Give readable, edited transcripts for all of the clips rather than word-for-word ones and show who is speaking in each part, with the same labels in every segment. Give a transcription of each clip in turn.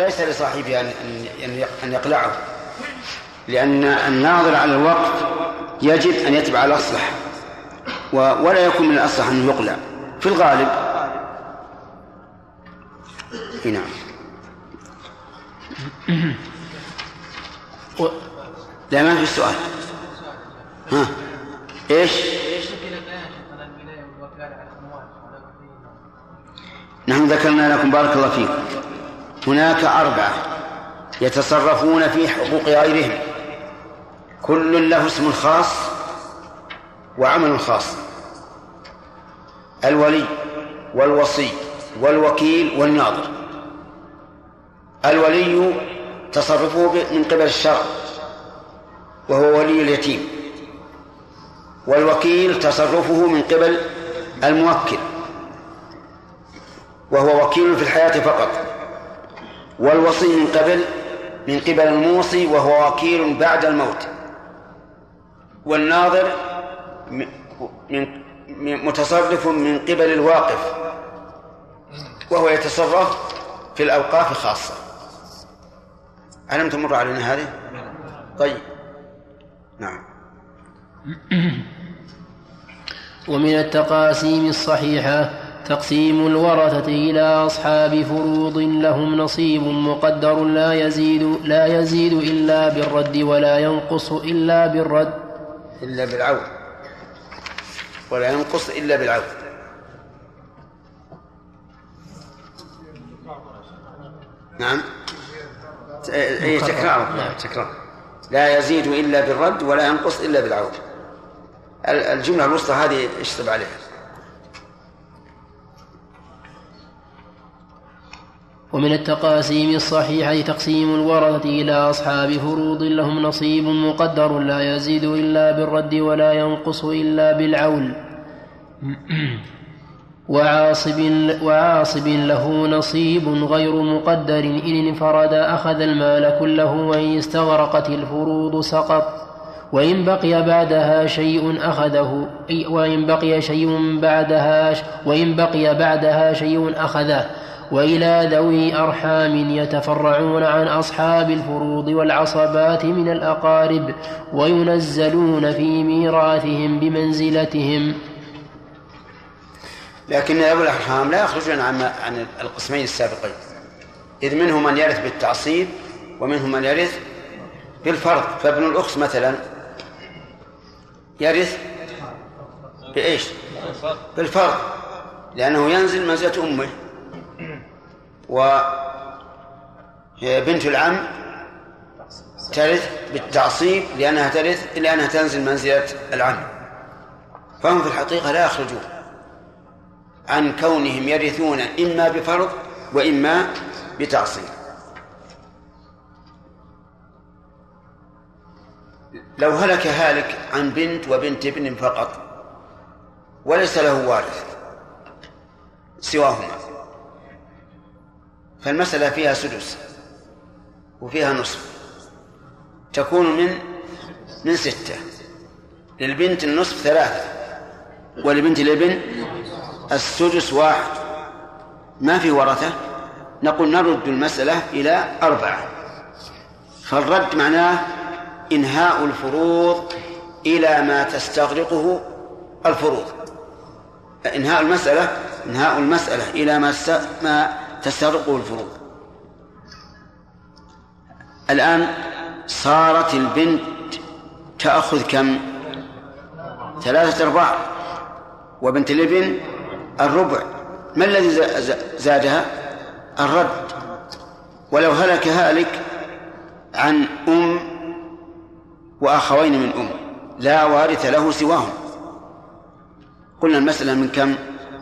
Speaker 1: ليس لصاحبه أن يقلعه، لأن الناظر على الوقف يجب أن يتبع الأصلح، ولا يكون من الأصلح أن يقلع في الغالب. نعم. لا، ما في سؤال. ها إيش؟ نحن ذكرنا لكم بارك الله فيكم هناك 4 يتصرفون في حقوق غيرهم، كل له اسم خاص وعمل خاص: الولي والوصي والوكيل والناظر. الولي تصرفه من قبل الشرع وهو ولي اليتيم، والوكيل تصرفه من قبل الموكل وهو وكيل في الحياة فقط، والوصي من قبل الموصي وهو وكيل بعد الموت، والناظر متصرف من قبل الواقف وهو يتصرف في الأوقاف خاصة. ألم تمر علينا هذه؟ طيب. نعم.
Speaker 2: ومن التقاسيم الصحيحة تقسيم الورثة إلى أصحاب فروض لهم نصيب مقدر لا يزيد إلا بالرد ولا ينقص إلا
Speaker 1: بالعود ولا ينقص إلا بالعود. نعم. تكرار. لا يزيد إلا بالرد ولا ينقص إلا بالعود. الجملة الوسطى هذه اشطب عليها.
Speaker 2: ومن التقاسيم الصحيحة تقسيم الورثة إلى أصحاب فروض لهم نصيب مقدر لا يزيد إلا بالرد ولا ينقص إلا بالعول. وعاصب له نصيب غير مقدر إن انفرد أخذ المال كله، وإن استغرقت الفروض سقط، وإن بقي بعدها شيء أخذه، وإن بقي بعدها شيء أخذه. وإلى ذوي أرحام يتفرعون عن أصحاب الفروض والعصبات من الأقارب، وينزلون في ميراثهم بمنزلتهم.
Speaker 1: لكن ذوي الأرحام لا يخرجون عن القسمين السابقين، إذ منهم من يرث بالتعصيب ومنهم من يرث بالفرض. فابن الأخت مثلا يرث بإيش؟ بالفرض، لأنه ينزل منزلة أمه. وبنت العم ترث بالتعصيب لأنها تنزل منزلة العم. فهم في الحقيقة لا يخرجون عن كونهم يرثون إما بفرض وإما بتعصيب. لو هلك هالك عن بنت وبنت ابن فقط وليس له وارث سواهما، فالمسألة فيها سدس وفيها نصف، تكون من 6. للبنت النصف 3 ولبنت الابن السدس 1. ما في ورثة، نقول نرد المسألة إلى 4. فالرد معناه إنهاء الفروض إلى ما تستغرقه الفروض. إنهاء المسألة إلى ما تستغرقه الفروض. الآن صارت البنت تأخذ كم؟ 3/4، وبنت الابن الربع. ما الذي زادها؟ الرد. ولو هلك هالك عن وأخوين من لا وارث له سواهم، قلنا المسألة من كم؟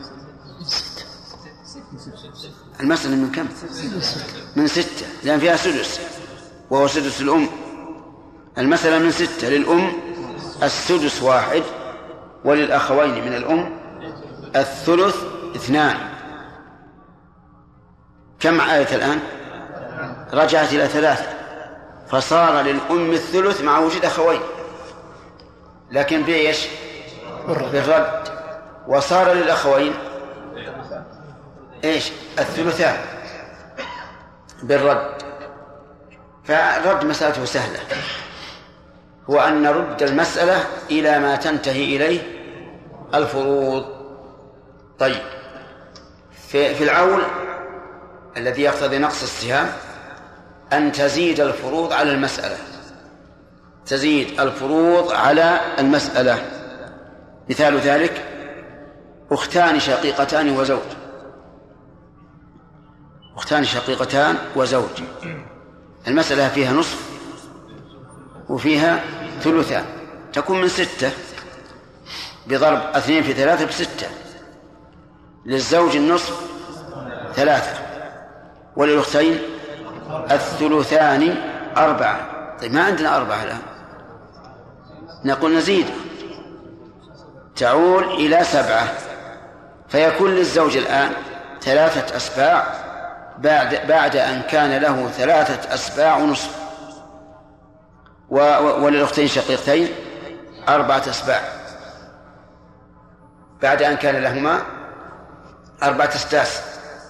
Speaker 1: المسألة من كم؟ من 6، لأن فيها سدس وهو سدس الأم. المسألة من 6. للأم السدس 1، وللأخوين من الأم الثلث 2. كم آية الآن؟ رجعت إلى 3، فصار للأم الثلث مع وجود أخوين، لكن بإيش؟ بالرد. وصار للأخوين إيش؟ الثلثان. بالرد. فالرد مسألته سهلة، هو أن نرد المسألة إلى ما تنتهي إليه الفروض. طيب، في العول الذي يقتضي نقص السهام أن تزيد الفروض على المسألة، تزيد الفروض على المسألة. مثال ذلك أختان شقيقتان وزوج، أختان شقيقتان وزوج، المسألة فيها نصف وفيها ثلثان، تكون من 6 بضرب 2 في 3 ب6. للزوج النصف 3، وللأختين الثلثان 4. طيب ما عندنا 4 الآن، نقول نزيد تعول إلى 7، فيكون للزوج الآن 3 أسباع بعد أن كان له 3 أسباع ونصف، وللأختين شقيقتين 4 أسباع بعد أن كان لهما 4 أسداس.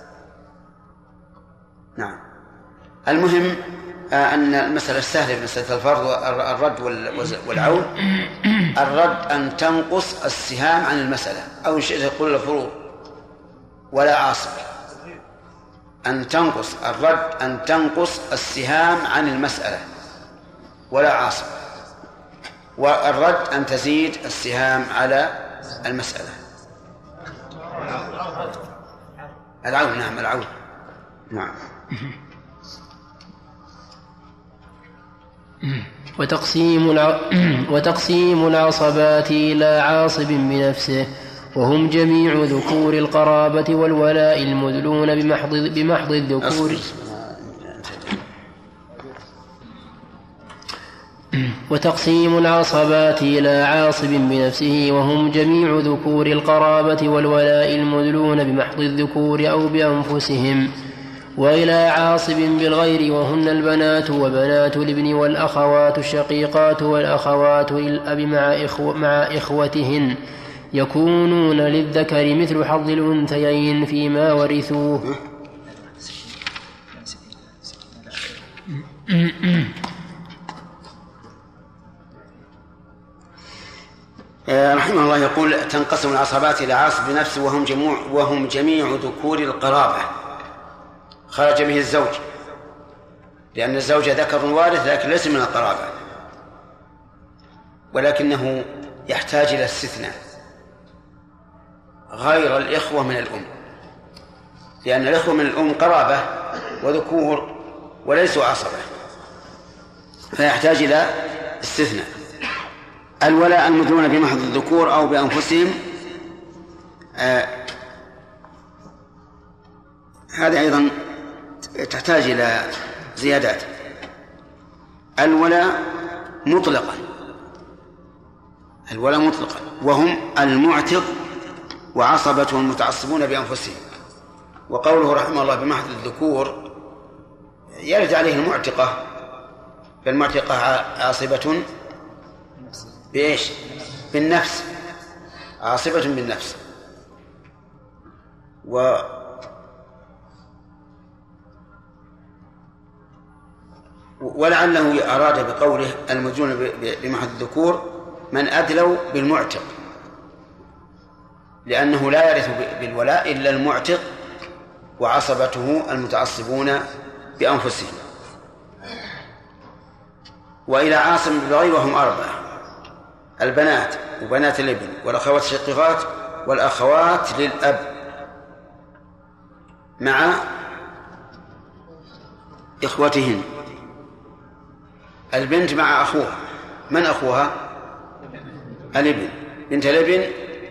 Speaker 1: نعم. المهم أن المسألة السهلة، مسألة الفرض والرد والعون. الرد أن تنقص السهام عن المسألة، أو إن شئت تقول الفروض ولا عاصب. أن تنقص الرد أن تنقص السهام عن المسألة ولا عاصب، والرد أن تزيد السهام على المسألة. العون. نعم العون. نعم.
Speaker 2: وتقسيم العصبات إلى عاصب بنفسه، وهم جميع ذكور القرابة والولاء المدلون بمحض الذكور. وتقسيم العصبات إلى عاصب بنفسه، وهم جميع ذكور القرابة والولاء المدلون بمحض الذكور أو بأنفسهم، وإلى عاصب بالغير، وهن البنات وبنات الابن والأخوات الشقيقات والأخوات للأب مع إخوتهن، يكونون للذكر مثل حظ الأنثيين فيما ورثوه.
Speaker 1: رحمه الله يقول: تنقسم العصبات إلى عاصب بنفسه وهم جميع ذكور القرابة. خرج به الزوج، لأن الزوج ذكر وارث لكن ليس من القرابة، ولكنه يحتاج إلى استثناء غير الإخوة من الأم، لأن الإخوة من الأم قرابة وذكور وليسوا عصبة، فيحتاج إلى استثناء. الولاء المدلون بمحض الذكور أو بأنفسهم، هذا أيضا تحتاج إلى زيادات. الولاء مطلقا، وهم المعتق وعصبته المتعصبون بأنفسهم. وقوله رحمه الله بمحض الذكور يرد عليه المعتقة، فالمعتقة عاصبة بإيش؟ بالنفس، عاصبة بالنفس. ولعله أراد بقوله المدلون بمحض الذكور من أدلوا بالمعتق، لأنه لا يرث بالولاء إلا المعتق وعصبته المتعصبون بأنفسهم. وإلى عاصم بالغير وهم 4: البنات وبنات الابن والأخوات الشقيقات والأخوات للأب مع إخوتهن. البنت مع أخوها، من أخوها؟ الابن. بنت الابن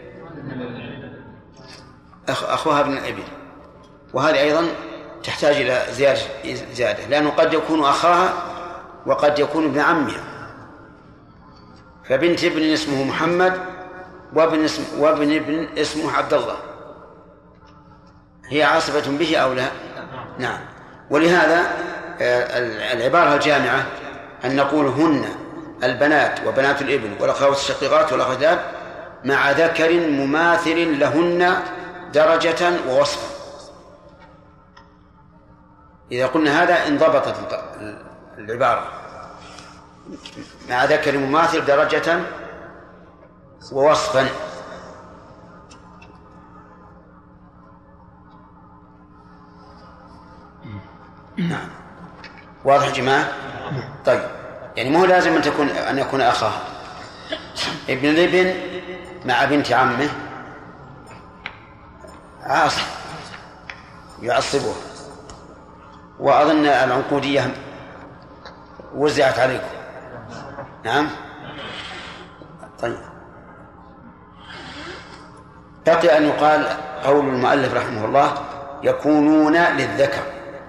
Speaker 1: أخوها ابن الابن، وهذه أيضا تحتاج إلى زيادة، لأنه قد يكون أخاها وقد يكون ابن عمها. فبنت ابن اسمه محمد وابن ابن اسمه عبد الله، هي عاصبة به أو لا؟ نعم. ولهذا العبارة الجامعة أن نقول هن البنات وبنات الابن والأخوات الشقيقات والأخوات الأب مع ذكر مماثل لهن درجة ووصفا. إذا قلنا هذا انضبطت العبارة مع ذكر مماثل درجة ووصفا. نعم واضح يا جماعة؟ طيب يعني مو لازم أن يكون أخاه. ابن الابن مع بنت عمه عاصب يعصبه، وأظن العنقودية وزعت عليكم. نعم طيب بقي أن يقال قول المؤلف رحمه الله يكونون للذكر.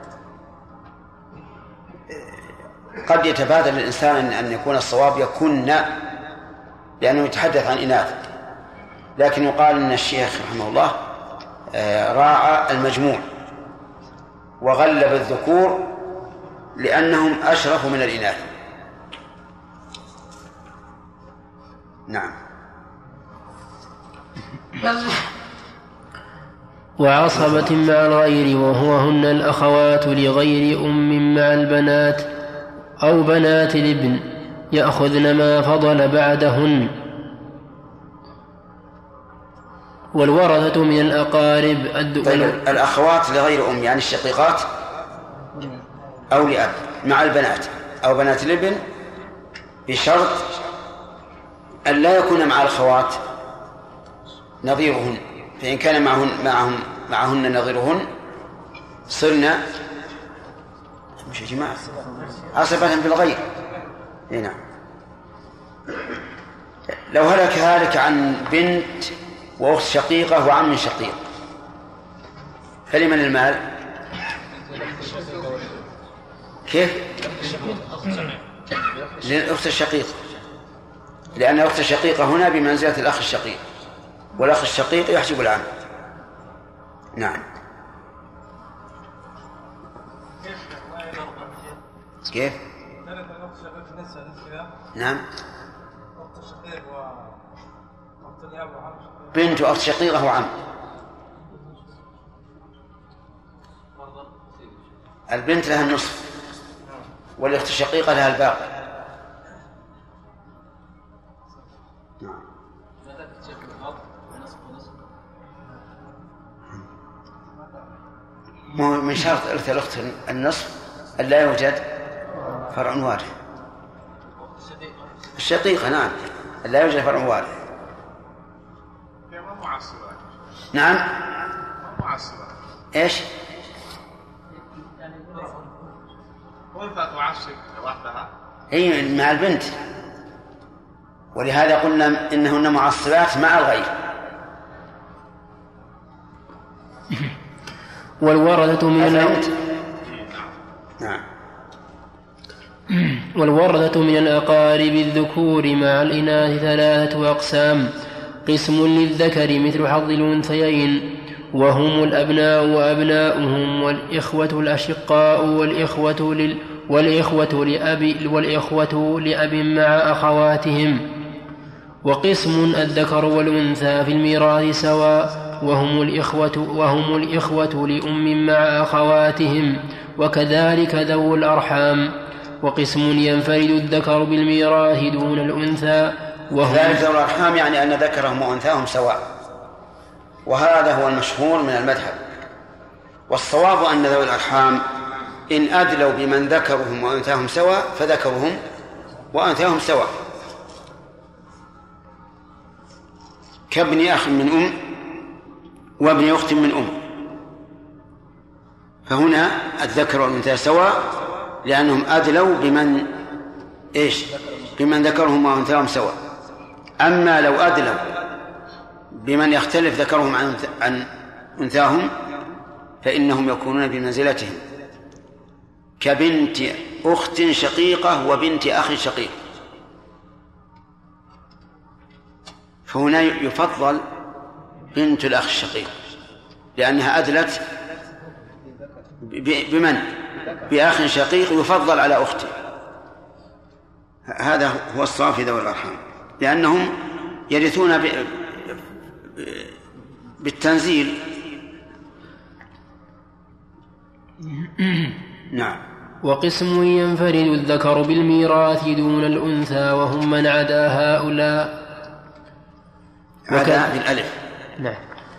Speaker 1: قد يتبادل الإنسان أن يكون الصواب يكون لأنه يتحدث عن إناث، لكن يقال أن الشيخ رحمه الله راعى المجموع وغلب الذكور لأنهم أشرف من الإناث. نعم.
Speaker 2: وعصبة مع الغير وهن الأخوات لغير أم مع البنات أو بنات الابن يأخذن ما فضل بعدهن. والورثة من الأقارب
Speaker 1: طيب الأخوات لغير أم يعني الشقيقات أو لأب مع البنات أو بنات الابن بشرط أن لا يكون مع الأخوات نظيرهن، فإن كان معهن نظيرهن صرنا مش يا جماعة عصبة بالغير. هنا لو هلك عن بنت وأخت شقيقة وعم شقيق فلمن المال؟ كيف؟ للأخت الشقيقة، لأن الأخت الشقيقة هنا بمنزلة الأخ الشقيق، والأخ الشقيق يحجب العم. نعم. كيف؟ نعم. بنت وأخت شقيقة وعم. البنت لها النصف والأخت الشقيقة لها الباقي. من شرط إرث الأخت النصف أن لا يوجد فرع وارث. الشقيقة نعم أن لا يوجد فرع وارث. نعم إيش؟ هي مع البنت، ولهذا قلنا إنهن معصبات مع الغير.
Speaker 2: والورثة من الأقارب الذكور مع الإناث 3 أقسام: قسم للذكر مثل حظ الأنثيين وهم الأبناء وأبناؤهم والإخوة الأشقاء والإخوة لأب مع أخواتهم. وقسم الذكر والأنثى في الميراث سواء وهم الإخوة لأم مع أخواتهم، وكذلك ذو الأرحام. وقسم ينفرد الذكر بالميراث دون الأنثى
Speaker 1: وهم ذو الأرحام يعني أن ذكرهم وأنثاهم سواء، وهذا هو المشهور من المذهب. والصواب أن ذوي الأرحام إن أدلوا بمن ذكرهم وأنثاهم سواء فذكرهم وأنثاهم سواء، كابن أخ من أم وابن أخت من أم، فهنا الذكر والأنثى سواء لأنهم أدلوا بمن ذكرهم وأنثاهم سواء. أما لو أدلوا بمن يختلف ذكرهم عن أنثاهم فإنهم يكونون بمنزلتهم كبنت أخت شقيقة وبنت أخ شقيق، فهنا يفضل بنت الأخ الشقيق لأنها أدلت بأخ شقيق يفضل على أخته. هذا هو الصواب في ذوي الأرحام، لأنهم يرثون بالتنزيل. نعم.
Speaker 2: وقسم ينفرد الذكر بالميراث دون الأنثى وهم من عدا هؤلاء.
Speaker 1: هذه الألف.
Speaker 2: نعم.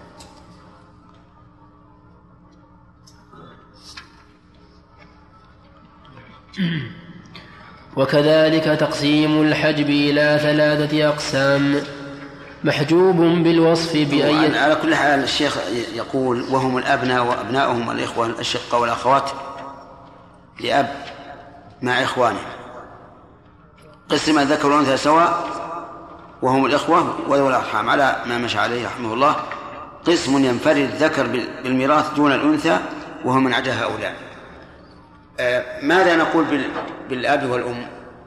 Speaker 2: وكذلك تقسيم الحجب إلى 3 أقسام: محجوب بالوصف بأي.
Speaker 1: على كل حال الشيخ يقول وهم الأبناء وأبناؤهم الإخوة الأشقة والأخوات لأب مع إخوانهم. قسم الذكر والأنثى سواء وهم الإخوة وذوي الأرحام على ما مشى عليه رحمه الله. قسم ينفرد الذكر بالميراث دون الأنثى وهم من عدا هؤلاء. ماذا نقول بالأب والأم؟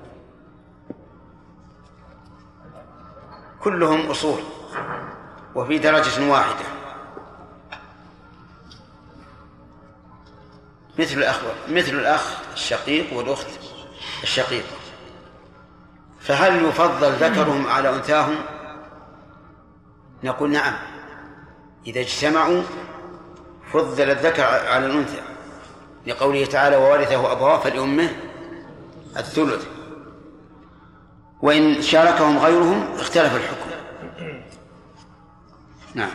Speaker 1: كلهم أصول وفي درجة واحدة، مثل الأخ الشقيق والأخت الشقيقة. فهل يفضل ذكرهم على أنثاهم؟ نقول نعم، إذا اجتمعوا فضل الذكر على الأنثى، لقوله تعالى وورثه أبواه فلأمه الثلث، وإن شاركهم غيرهم اختلف الحكم. نعم.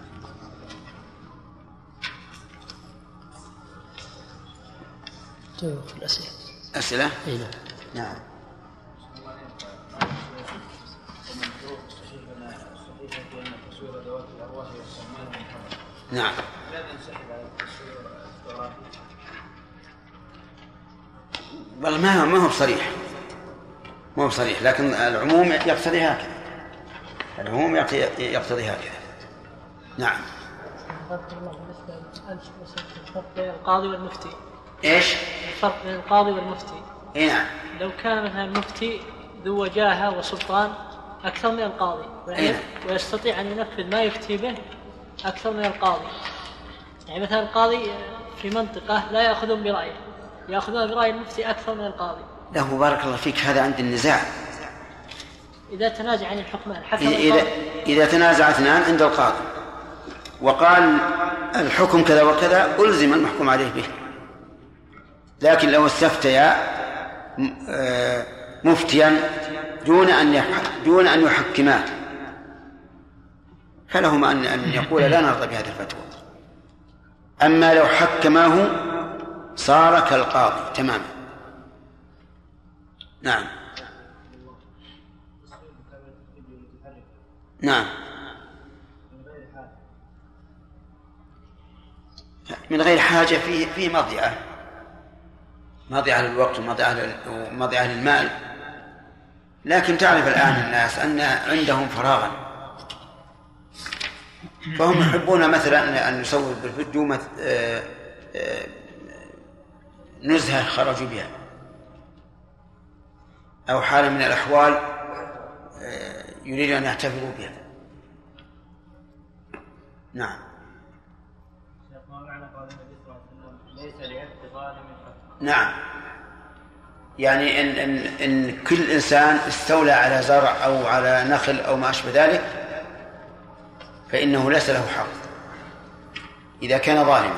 Speaker 1: أسئلة؟ نعم. نعم. والله ما هو بصريح، لكن العموم يقتضي هكذا. نعم.
Speaker 3: الفرق بين القاضي والمفتي.
Speaker 1: ايش؟
Speaker 3: الفرق بين القاضي والمفتي.
Speaker 1: نعم.
Speaker 3: لو كان مثلا المفتي ذو وجاهة وسلطان أكثر من القاضي ويستطيع أن ينفذ ما يفتي به أكثر من القاضي. يعني مثلا القاضي في منطقة لا يأخذون برأيه، يأخذون برأي المفتي أكثر من القاضي.
Speaker 1: له بارك الله فيك، هذا عند النزاع.
Speaker 3: إذا تنازع عن الحكمان
Speaker 1: إذا تنازع اثنان عند القاضي وقال الحكم كذا وكذا ألزم المحكوم عليه به. لكن لو استفتيا مفتيا دون أن يحكماه فلهما أن يقول لا نرضى بهذه الفتوى. أما لو حكماه صار كالقاضي تماما. نعم. نعم. من غير حاجة فيه مضيعة للوقت ومضيعة للمال. لكن تعرف الآن الناس أن عندهم فراغا، فهم يحبون مثلا أن يسووا بالفيديو نزهة خرجوا بها أو حالة من الأحوال يريدون أن يحتفلوا بها. نعم. نعم، يعني إن كل إنسان استولى على زرع أو على نخل أو ما أشبه ذلك فإنه ليس له حق إذا كان ظالما.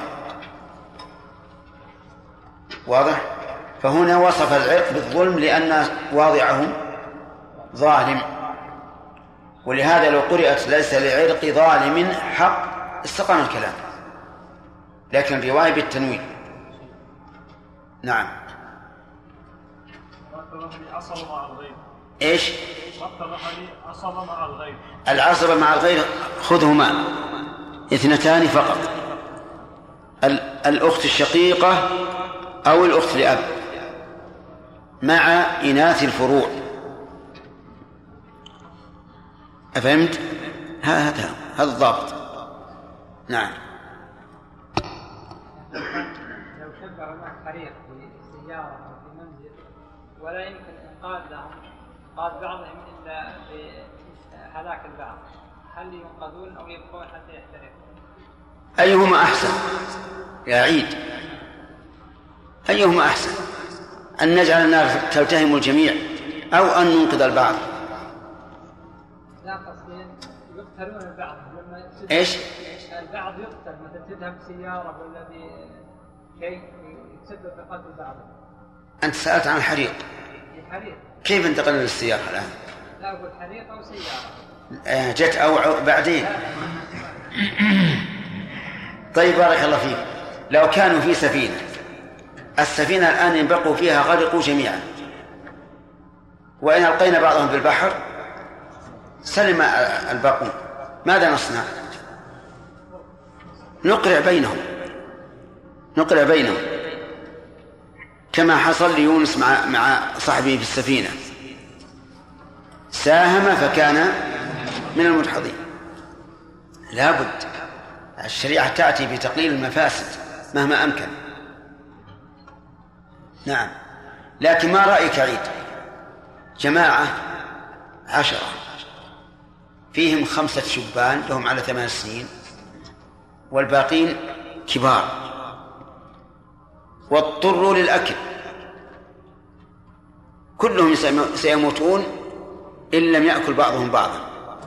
Speaker 1: واضح؟ فهنا وصف العرق بالظلم لأن واضعه ظالم، ولهذا لو قرأت ليس لعرق ظالم حق استقام الكلام، لكن الرواية بالتنوين. نعم. ايش؟ العصبة مع الغير خذهما 2 فقط، الأخت الشقيقة أو الأخت لأب مع إناث الفروع. أفهمت؟ هذا الضابط. نعم.
Speaker 4: لو شبه هناك حريق في سيارة أو في منزل ولا يمكن إنقاذ بعضهم إلا بهلاك البعض، هل ينقذون أو يبقون حتى يحترقون؟
Speaker 1: أيهما أحسن يا عيد؟ أيهما أحسن، أن نجعل النار تلتهم الجميع أو أن ننقذ البعض؟
Speaker 4: لا، قصدين يقتلون البعض.
Speaker 1: إيش؟
Speaker 4: البعض يقتل، مثلا تذهب سيارة ولا بشيء يتسبب في قتل بعضهم.
Speaker 1: أنت سألت عن الحريق.
Speaker 4: الحريق
Speaker 1: كيف انتقل للسيارة الآن؟
Speaker 4: لا أقول حريق أو سيارة.
Speaker 1: جت أو بعدين. طيب بارك الله فيك. لو كانوا في سفينة، السفينة الآن ينبقوا فيها غرقوا جميعا، وإن ألقينا بعضهم بالبحر سلم الباقون، ماذا نصنع؟ نقرع بينهم كما حصل ليونس مع صاحبه في السفينة، ساهم فكان من المدحضين. لا بد، الشريعة تأتي بتقليل المفاسد مهما أمكن. نعم. لكن ما رأيك عيد جماعة 10 فيهم 5 شبان لهم على 8 سنين والباقين كبار واضطروا للأكل، كلهم سيموتون إن لم يأكل بعضهم بعضا،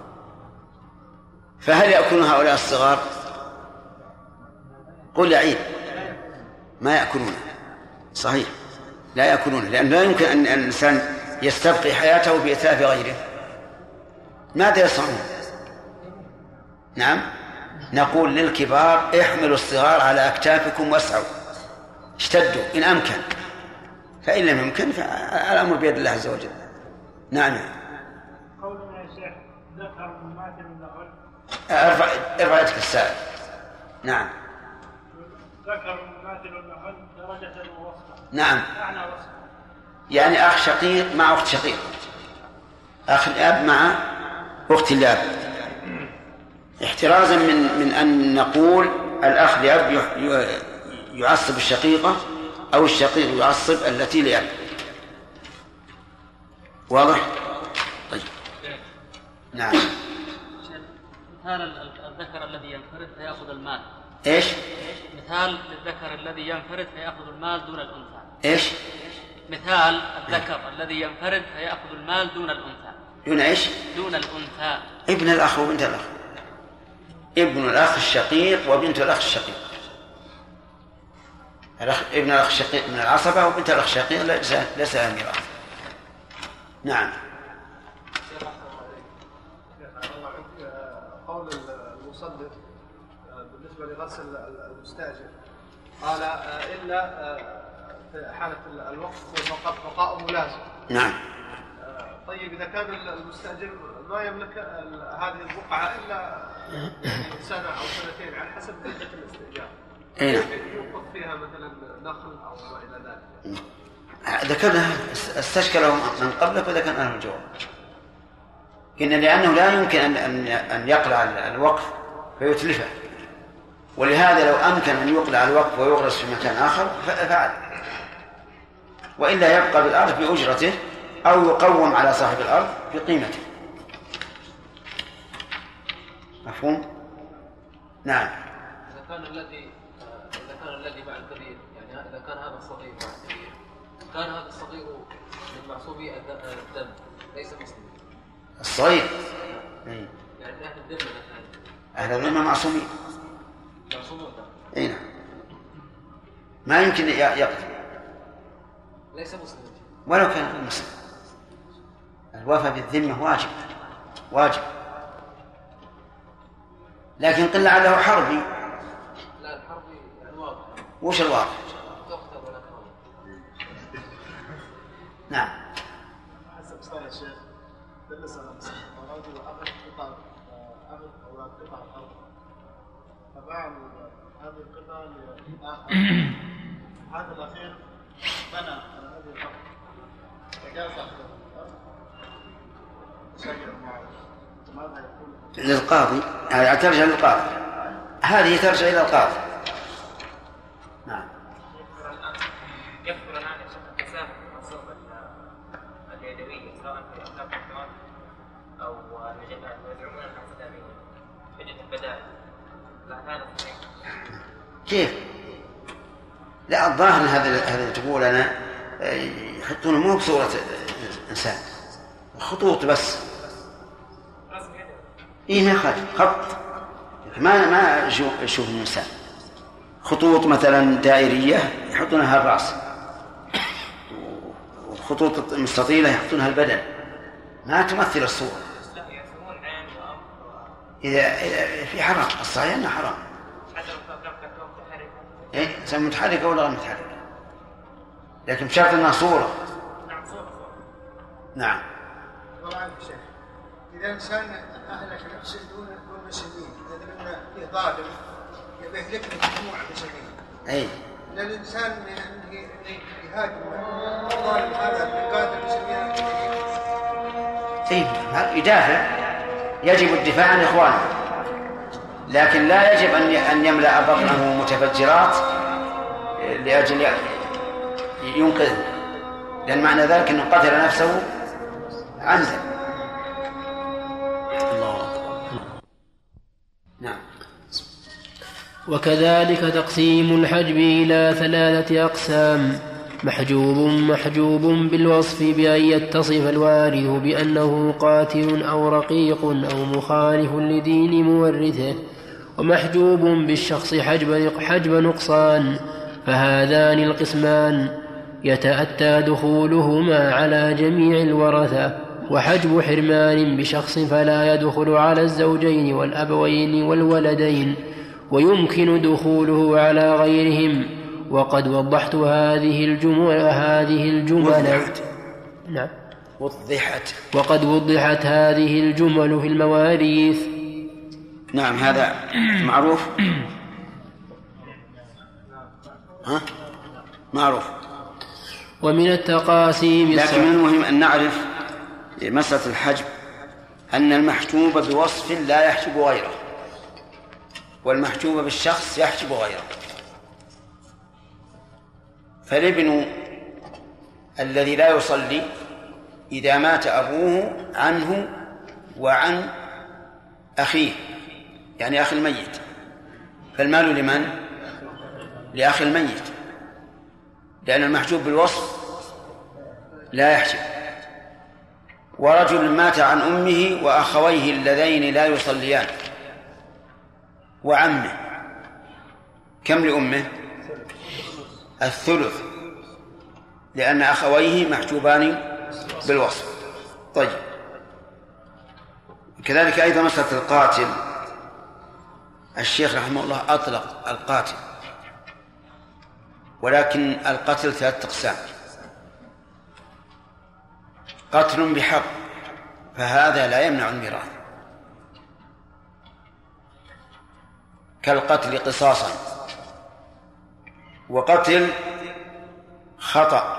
Speaker 1: فهل يأكلون هؤلاء الصغار؟ قل يا عيد ما يأكلون. صحيح لا يأكلون، لأن لا يمكن أن الإنسان يستبقي حياته بإتلاف غيره. ماذا يصنعون؟ نعم، نقول للكبار احملوا الصغار على أكتافكم واسعوا، اشتدوا إن أمكن، فإن لم يمكن فالأمر بيد الله عز وجل. نعم.
Speaker 4: قولنا يا شيخ ذكر من مات من
Speaker 1: ارفع يدك السائل. نعم.
Speaker 4: ذكر من مات من درجة ووصفا.
Speaker 1: نعم.
Speaker 4: معنى وصف.
Speaker 1: يعني أخ شقيق مع أخت شقيق، أخ الأب مع أخت الأب، احترازا من أن نقول الأخ لأب يعصب الشقيقة أو الشقيق يعصب التي لأب. واضح؟ طيب. نعم.
Speaker 5: مثال الذكر الذي ينفرد فيأخذ المال.
Speaker 1: إيش؟
Speaker 5: مثال للذكر الذي ينفرد فيأخذ المال دون الأنثى.
Speaker 1: إيش؟
Speaker 5: مثال الذكر الذي ينفرد فيأخذ المال دون الأنثى.
Speaker 1: دون إيش؟
Speaker 5: دون الأنثى.
Speaker 1: ابن الأخ وبنت الأخ. ابن الأخ الشقيق وبنت الأخ الشقيق. ابن الأخ الشقيق من العصبة وبنت الأخ الشقيق ليس لها ميراث. نعم.
Speaker 6: قول المصدق بالنسبة لغسل المستأجر قال إلا في حالة الوقف بقاء ملازم.
Speaker 1: نعم.
Speaker 6: طيب إذا كان المستأجر ما يملك هذه البقعة إلا سنة أو سنتين على حسب مدة الاستئجار، يوقف فيها مثلا نخل أو ما إلى ذلك.
Speaker 1: ذكرنا استشكله من قبلك وذكرنا له الجواب. قلنا لأنه لا يمكن أن يقلع الوقف فيتلفه، ولهذا لو أمكن أن يقلع الوقف ويغرس في مكان آخر فعل، وإلا يبقى بالأرض بأجرته أو يقوم على صاحب الأرض بقيمته. مفهوم؟ نعم.
Speaker 7: إذا كان الذي مع الكبير، يعني إذا كان هذا الصغير مع الكبير، كان هذا الصغير من معصومي الدم ليس مسلما.
Speaker 1: الصغير
Speaker 7: يعني أهل الذمة مثلا.
Speaker 1: أهل الذمة معصومين.
Speaker 7: معصومون الدم.
Speaker 1: أي نعم. ما يمكن يقتل.
Speaker 7: ليس مسلما.
Speaker 1: ولو كان مسلم. الوفاء بالذمة واجب. لكن قل لعله حربي.
Speaker 7: لا الحربي يعني واضح.
Speaker 1: وش الواضح؟
Speaker 7: تقتل ولا كرامة.
Speaker 1: نعم.
Speaker 6: حسب سؤال الشيخ دلس على رجل أخذ أولاد قطع الأرض فباع هذه القطع لآخر، هذا الأخير بنى على هذه الأرض فجاز أخذ الأرض شجر معه، ماذا يكون؟
Speaker 1: للقاضي، هذه ترجع للقاضي، هذه ترجع إلى القاضي. نعم.
Speaker 8: يذكر الآن التسامح في الصحبة اليدوية سواء في أخلاق الكرام أو يزعمون الحسدانية حجة البدائل، هذا صحيح؟
Speaker 1: كيف؟ لا الظاهر هذا تقول أنا يحطونه مو بصورة إنسان، خطوط بس. إيه ما خط ما شوف الإنسان خطوط مثلا دائرية يحطونها الرأس، وخطوط مستطيلة يحطونها البدن، ما تمثل الصورة. إذا في حرام، الصحيح أنه حرام. إيه سواء متحركة ولا غير متحركة، لكن بشرط أنها صورة. نعم.
Speaker 9: والله عنك شيخ، إذا إنسان أهلك نفسه دون مسلمين، إذا لم فيه ظالم يهلك مجموعة مسلمين.
Speaker 1: أي.
Speaker 9: إن الإنسان أنه يهاجم الظالم هذا بقاتل المسلمين.
Speaker 1: إيه يدافع، يجب الدفاع عن إخوانه، لكن لا يجب أن يملأ بطنه متفجرات لأجل ينقذه، لأن معنى ذلك أنه قتل نفسه عمدا. الله أكبر. نعم.
Speaker 2: وكذلك تقسيم الحجب إلى 3 أقسام: محجوب بالوصف بأن يتصف الوارث بأنه قاتل أو رقيق أو مخالف لدين مورثه، ومحجوب بالشخص حجب نقصان. فهذان القسمان يتأتى دخولهما على جميع الورثة، وحجب حرمان بشخص فلا يدخل على الزوجين والأبوين والولدين، ويمكن دخوله على غيرهم. وقد وضحت هذه الجمل نعم. وقد وضحت هذه الجمل في المواريث.
Speaker 1: نعم هذا معروف. معروف.
Speaker 2: ومن التقاسيم،
Speaker 1: لكن من المهم أن نعرف مسألة الحجب أن المحجوب بوصف لا يحجب غيره، والمحجوب بالشخص يحجب غيره. فالابن الذي لا يصلي إذا مات أبوه عنه وعن أخيه، يعني أخي الميت، فالمال لمن؟ لأخي الميت، لأن المحجوب بالوصف لا يحجب. ورجل مات عن أمه وأخويه اللذين لا يصليان وعمه، كم لأمه؟ 1/3، لأن أخويه محجوبان بالوصف. طيب، كذلك أيضا مسألة القاتل، الشيخ رحمه الله أطلق القاتل، ولكن القتل 3 أقسام: قتل بحق، فهذا لا يمنع الميراث كالقتل قصاصا، وقتل خطأ،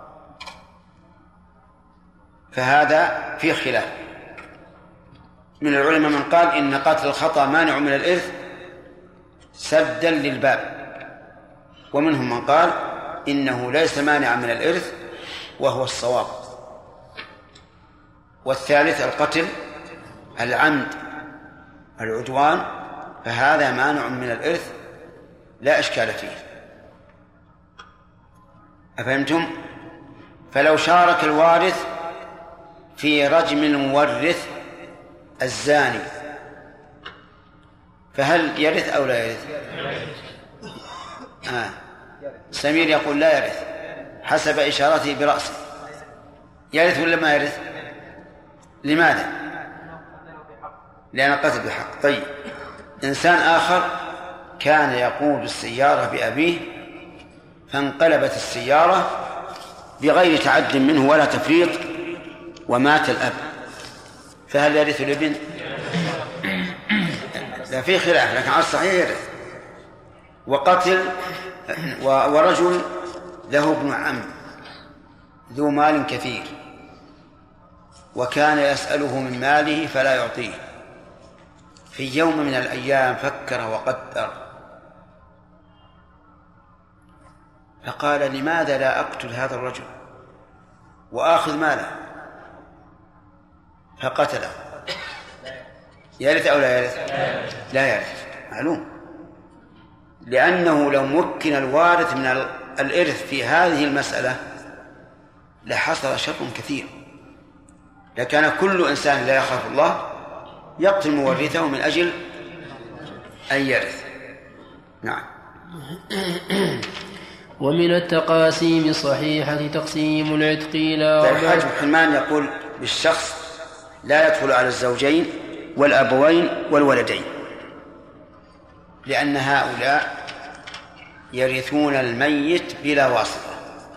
Speaker 1: فهذا فيه خلاف. من العلماء من قال إن قتل الخطأ مانع من الإرث سدا للباب، ومنهم من قال إنه ليس مانعا من الإرث وهو الصواب. والثالث القتل العمد العدوان، فهذا مانع من الإرث لا إشكال فيه. أفهمتم؟ فلو شارك الوارث في رجم المورث الزاني فهل يرث أو لا يرث؟ سمير يقول لا يرث حسب إشارته برأسه. يرث ولا ما يرث؟ لماذا؟ لأن القتل بحق. طيب، إنسان آخر كان يقود السيارة بأبيه فانقلبت السيارة بغير تعد منه ولا تفريط ومات الأب، فهل يرث الابن؟ لا، فيه خلاف، لكن على الصحيح يرث. وقتل ورجل له ابن عم ذو مال كثير وكان يسأله من ماله فلا يعطيه، في يوم من الأيام فكر وقدر فقال لماذا لا أقتل هذا الرجل وآخذ ماله، فقتله. يرث أو لا يرث؟ لا يرث، معلوم، لأنه لو مكن الوارث من الإرث في هذه المسألة لحصل شر كثير، لكان كل إنسان لا يخاف الله يقتل مورثه من أجل أن يرث. نعم.
Speaker 2: ومن التقاسيم الصحيحة تقسيم العتق إلى
Speaker 1: الحاج حلمان يقول بالشخص لا يدخل على الزوجين والأبوين والولدين، لأن هؤلاء يرثون الميت بلا واسطة،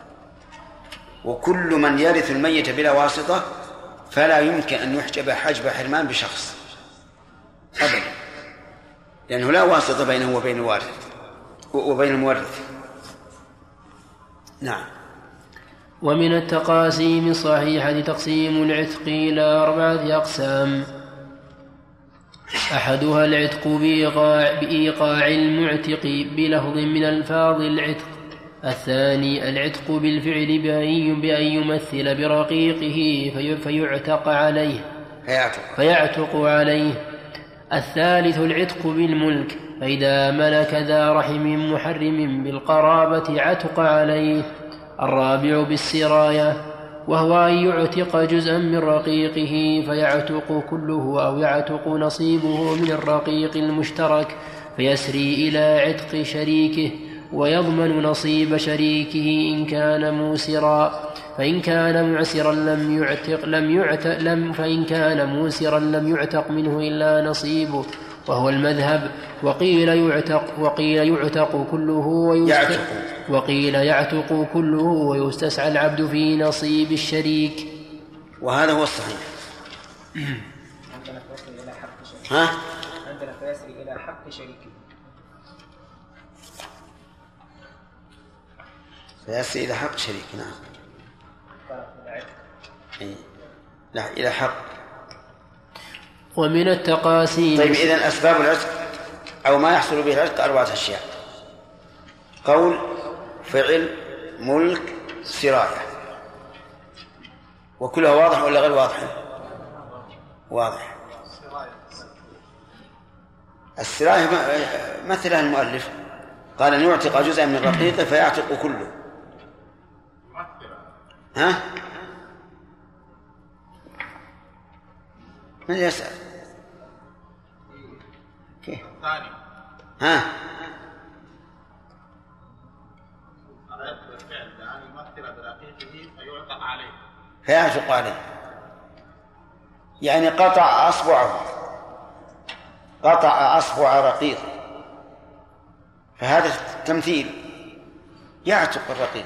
Speaker 1: وكل من يرث الميت بلا واسطة فلا يمكن أن يحجب حجب حرمان بشخص أبدا، لأنه لا واسطة بينه وبين الوارث وبين المورث. نعم.
Speaker 2: ومن التقاسيم الصحيحة تقسيم العتق إلى 4 أقسام: أحدها العتق بإيقاع المعتق بلفظ من ألفاظ العتق، الثاني العتق بالفعل بأن يمثل برقيقه فيعتق عليه، الثالث العتق بالملك، فإذا ملك ذا رحم محرم بالقرابة عتق عليه، الرابع بالسراية، وهو أن يعتق جزءا من رقيقه فيعتق كله أو يعتق نصيبه من الرقيق المشترك فيسري إلى عتق شريكه ويضمن نصيب شريكه إن كان موسرا، فإن كان معسرا لم يعتق منه إلا نصيبه، وهو المذهب. وقيل يعتق كله ويستسعى العبد في نصيب الشريك،
Speaker 1: وهذا هو الصحيح.
Speaker 10: عندنا فيسري إلى حق شريكه،
Speaker 1: فيسري إلى حق شريك. نعم. لا، إلى حق.
Speaker 2: ومن التقاسيم.
Speaker 1: طيب، إذن أسباب العتق أو ما يحصل به العتق 4 أشياء: قول، فعل، ملك، سراية. وكلها واضح ولا غير واضحة؟ واضح. السراية مثلها المؤلف قال أن يعتق جزءا من رقيقه فيعتق كله. من يسأل؟ كيف؟
Speaker 6: ثاني. العتق بالفعل لأن يمثل برقيقه
Speaker 1: فيعتق عليه، يعني قطع أصبع رقيقه، فهذا التمثيل يعتق الرقيق.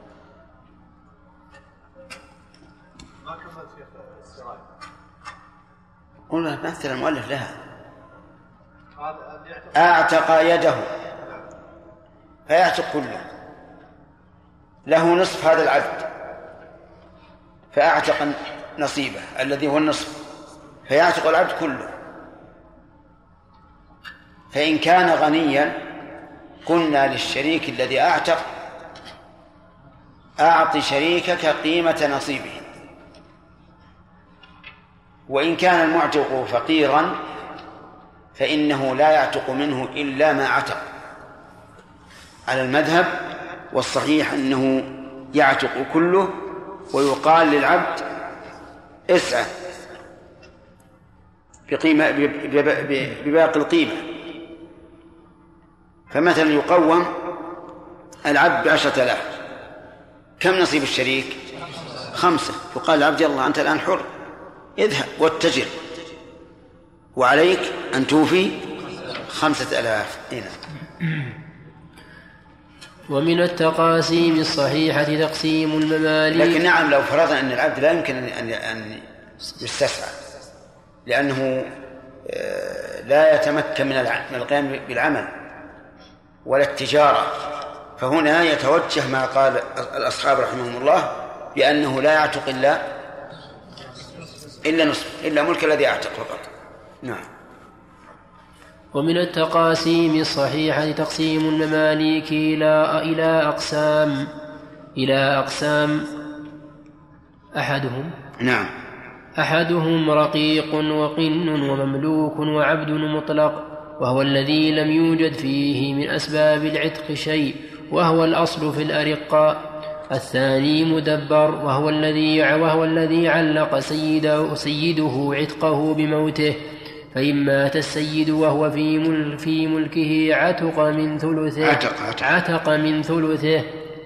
Speaker 6: ما كمل شيخ السراية.
Speaker 1: قلنا مثل المؤلف لها: أعتق يده فيعتق كله، له نصف هذا العبد فأعتق نصيبه الذي هو النصف فيعتق العبد كله. فإن كان غنيا قلنا للشريك الذي أعتق: أعط شريكك قيمة نصيبه. وإن كان المعتق فقيرا فإنه لا يعتق منه إلا ما عتق على المذهب، والصحيح أنه يعتق كله، ويقال للعبد: اسعى بباقي القيمة. فمثلا يقوم العبد ب10,000، كم نصيب الشريك؟ 5. يقال للعبد: يلا أنت الآن حر، اذهب واتجر، وعليك أن توفي 5,000. هنا.
Speaker 2: ومن التقاسيم الصحيحة تقسيم المماليك.
Speaker 1: لكن نعم، لو فرضنا أن العبد لا يمكن أن يستسعى، لأنه لا يتمكن من القيام بالعمل ولا التجارة، فهنا يتوجه ما قال الأصحاب رحمهم الله بأنه لا يعتق إلا نصف، إلا ملك الذي يعتق فقط. نعم.
Speaker 2: ومن التقاسيم الصحيحة تقسيم المماليك إلى أقسام أحدهم.
Speaker 1: نعم.
Speaker 2: أحدهم رقيق وقن ومملوك وعبد مطلق، وهو الذي لم يوجد فيه من أسباب العتق شيء، وهو الأصل في الأرقاء. الثاني مدبر، وهو الذي علق سيده عتقه بموته، فإن مات السيد وهو في ملكه عتق من ثلثه.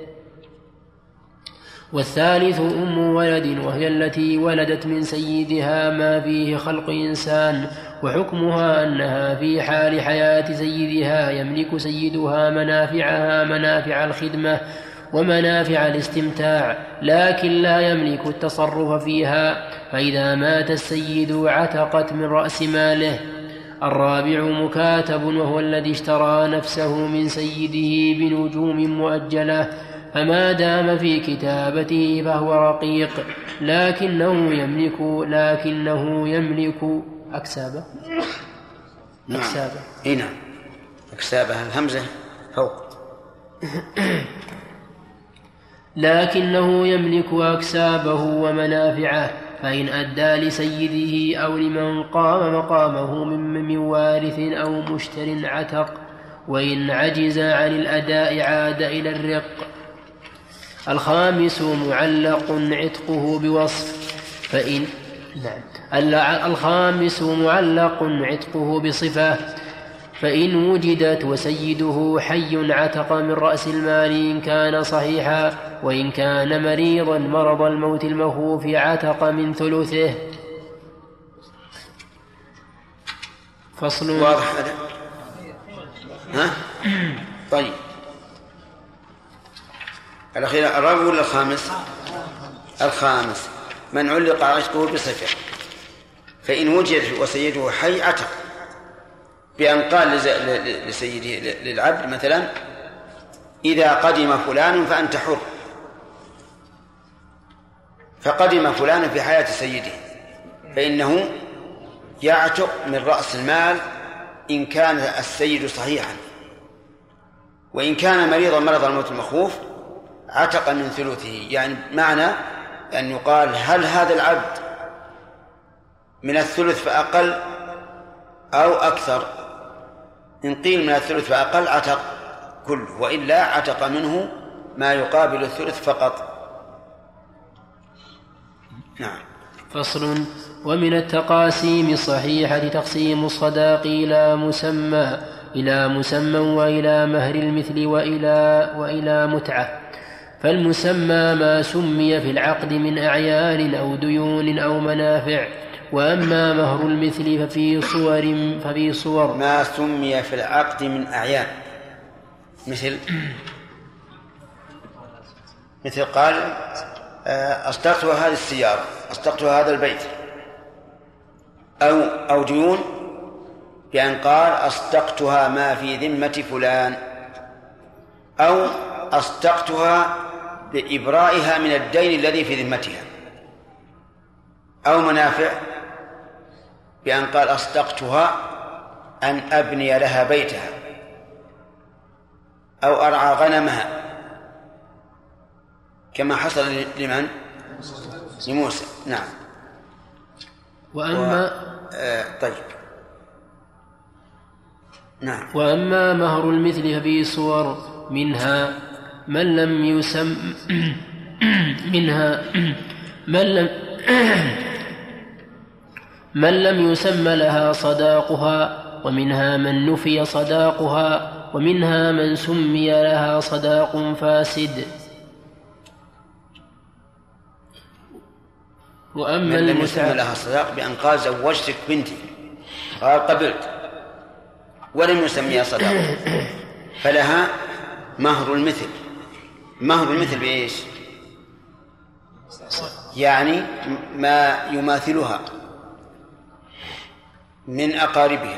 Speaker 2: والثالث أم ولد، وهي التي ولدت من سيدها ما فيه خلق إنسان، وحكمها أنها في حال حياة سيدها يملك سيدها منافعها منافع الخدمة ومنافع الاستمتاع، لكن لا يملك التصرف فيها، فإذا مات السيد عتقت من رأس ماله. الرابع مكاتب، وهو الذي اشترى نفسه من سيده بنجوم مؤجلة، فما دام في كتابته فهو رقيق، لكنه يملك أكسابه.
Speaker 1: نعم، أكسابه الهمزة فوق.
Speaker 2: لكنه يملك أكسابه ومنافعه، فإن أدى لسيده أو لمن قام مقامه من وارث أو مشتر عتق، وإن عجز عن الأداء عاد إلى الرق. الخامس معلق عتقه بوصف، الخامس معلق عتقه بصفة، فإن وجدت وسيده حي عتق من رأس المال إن كان صحيحا، وإن كان مريضا مرض الموت المخوف عتق من ثلثه. فصل.
Speaker 1: واضح هذا؟ ها؟ طيب، الأخير الرابع ولا الخامس؟ الخامس من علق عتقه بصفة، فإن وجد وسيده حي عتق، بأن قال لسيده للعبد مثلا إذا قدم فلان فأنت حر، فقدم فلان في حياة سيده، فإنه يعتق من رأس المال إن كان السيد صحيحا، وإن كان مريضا مرض الموت المخوف عتق من ثلثه. يعني معنى أن يقال هل هذا العبد من الثلث فأقل أو أكثر؟ إن قيل من الثلث فأقل عتق كله، وإلا عتق منه ما يقابل الثلث فقط. نعم.
Speaker 2: فصل. ومن التقاسيم الصحيحة تقسيم الصداق إلى مسمى وإلى مهر المثل وإلى متعة. فالمسمى ما سمي في العقد من أعيان أو ديون أو منافع، وأما مهر المثل ففي صور
Speaker 1: ما سمي في العقد من أعيان، مثل قال أصدقتها هذه السيارة، أصدقتها هذا البيت، أو ديون بأن قال أصدقتها ما في ذمة فلان، أو أصدقتها بإبرائها من الدين الذي في ذمتها، أو منافع بأن قال أصدقتها أن أبني لها بيتها، أو أرعى غنمها، كما حصل لمن؟ لموسى. نعم. طيب. نعم.
Speaker 2: وأما مهر المثل ففي صور، منها من لم يسم لها صداقها، ومنها من نفي صداقها، ومنها من سمي لها صداق فاسد.
Speaker 1: وأما من لم يسمى لها صداق بأن قال زوجتك بنتي، قال قبلت ولم يسميها صداق، فلها مهر المثل. مهر المثل بإيش؟ يعني ما يماثلها من أقاربها،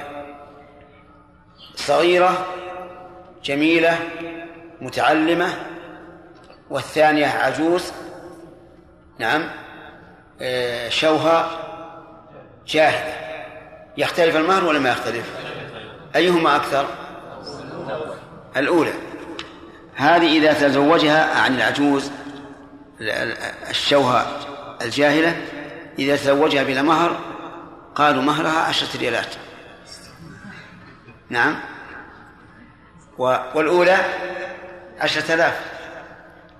Speaker 1: صغيرة جميلة متعلمة، والثانية عجوز نعم شوها جاهلة. يختلف المهر ولا ما يختلف؟ أيهما أكثر؟ الأولى. هذه إذا تزوجها عن العجوز الشوها الجاهلة، إذا تزوجها بلا مهر قالوا مهرها 10 ريالات. نعم. والأولى 10,000،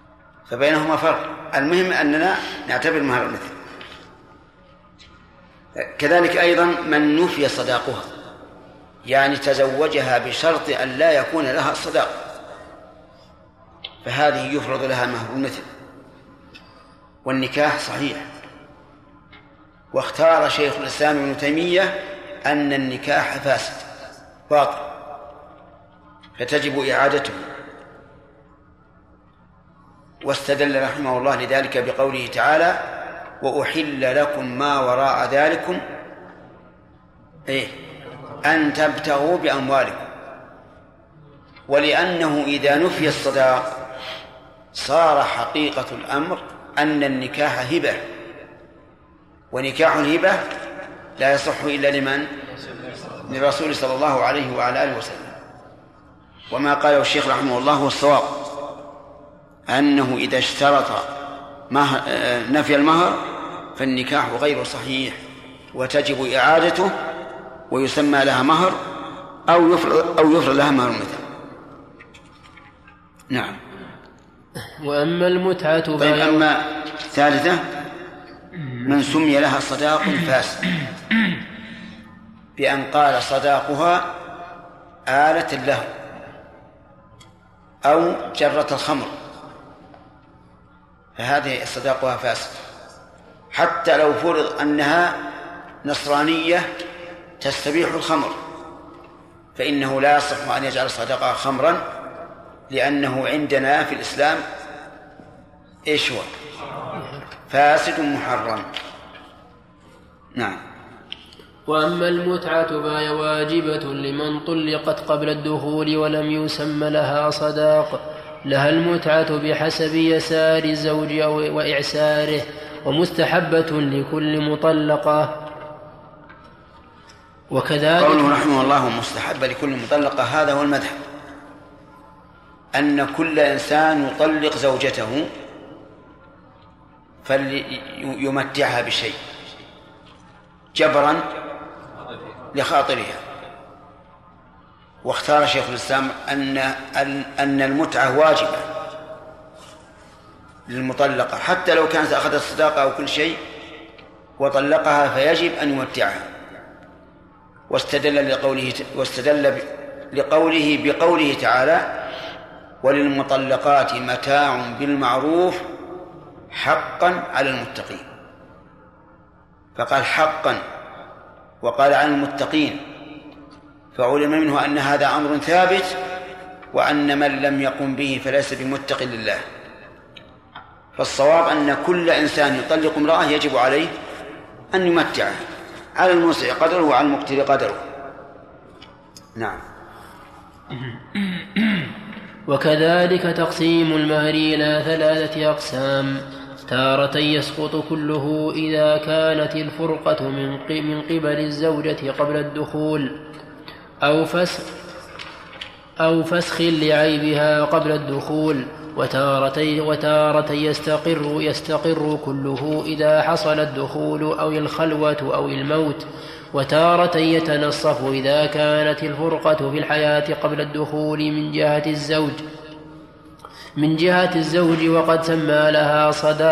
Speaker 1: فبينهما فرق. المهم أننا نعتبر مهر المثل. كذلك أيضا من نفي صداقها، يعني تزوجها بشرط أن لا يكون لها صداق، فهذه يفرض لها مهر المثل، والنكاح صحيح. واختار شيخ الإسلام ابن تيمية أن النكاح فاسد باطل، فتجب إعادته. واستدل رحمه الله لذلك بقوله تعالى: وأحل لكم ما وراء ذلكم أن تبتغوا بأموالكم. ولأنه إذا نفي الصداق صار حقيقة الأمر أن النكاح هبة، ونكاح الهبة لا يصح إلا لمن؟ للرسول صلى الله عليه وعلى آله وسلم. وما قاله الشيخ رحمه الله هو الصواب، أنه إذا اشترط نفي المهر فالنكاح غير صحيح، وتجب إعادته، ويسمى لها مهر أو يفرض لها مهر مثل. نعم.
Speaker 2: وأما المتعة
Speaker 1: طيب، أما ثالثة من سمي لها صداق فاسد بأن قال صداقها آلة له أو جرة الخمر، فهذه صداقها فاسد، حتى لو فرض أنها نصرانية تستبيح الخمر فإنه لا يصح أن يجعل صداقها خمرا، لأنه عندنا في الإسلام إيش هو؟ فاسد محرم. نعم.
Speaker 2: وأما المتعة فهي واجبة لمن طلقت قبل الدخول ولم يسمى لها صداق. لها المتعة بحسب يسار الزوج وإعساره، ومستحبة لكل مطلقة. وكذلك
Speaker 1: قوله رحمه الله مستحبة لكل مطلقة، هذا هو المذهب، أن كل إنسان يطلق زوجته فليمتعها بشيء جبرا لخاطرها. واختار شيخ الإسلام أن المتعة واجبة للمطلقة، حتى لو كانت أخذت الصداقة أو كل شيء وطلقها فيجب أن يمتعها. واستدل لقوله بقوله تعالى: وللمطلقات متاع بالمعروف حقا على المتقين، فقال حقا وقال على المتقين، فعلم منه أن هذا أمر ثابت، وأن من لم يقم به فليس بمتق لله. فالصواب أن كل إنسان يطلق امرأة يجب عليه أن يمتعها، على الموسع قدره وعلى المقتر قدره. نعم.
Speaker 2: وكذلك تقسيم المهر إلى 3 أقسام: تارة يسقط كله إذا كانت الفرقة من قبل الزوجة قبل الدخول، أو فسخ لعيبها قبل الدخول، وتارة يستقر كله إذا حصل الدخول أو الخلوة أو الموت، وتارة يتنصف إذا كانت الفرقة في الحياة قبل الدخول من جهة الزوج وقد سمى لها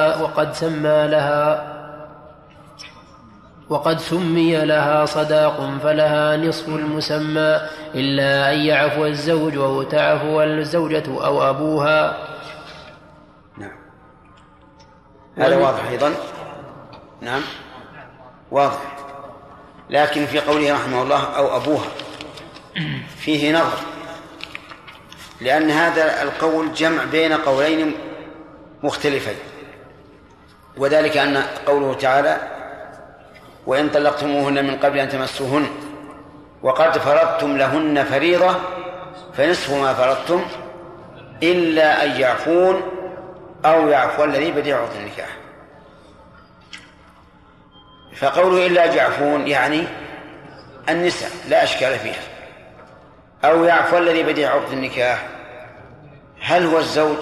Speaker 2: وقد سمي لها صداق فلها نصف المسمى، إلا أن يعفو الزوج أو تعفو الزوجة أو أبوها.
Speaker 1: نعم. هذا واضح أيضا. نعم واضح. لكن في قوله رحمه الله أو أبوها فيه نظر، لأن هذا القول جمع بين قولين مختلفين، وذلك أن قوله تعالى: وإن طلقتموهن من قبل أن تمسوهن وقد فرضتم لهن فريضة فنصف ما فرضتم إلا أن يعفون أو يعفو الذي بديع عقد النكاح. فقوله إلا أن يعفون يعني النساء لا أشكال فيها، أو يعفو الذي بديع عقد النكاح، هل هو الزوج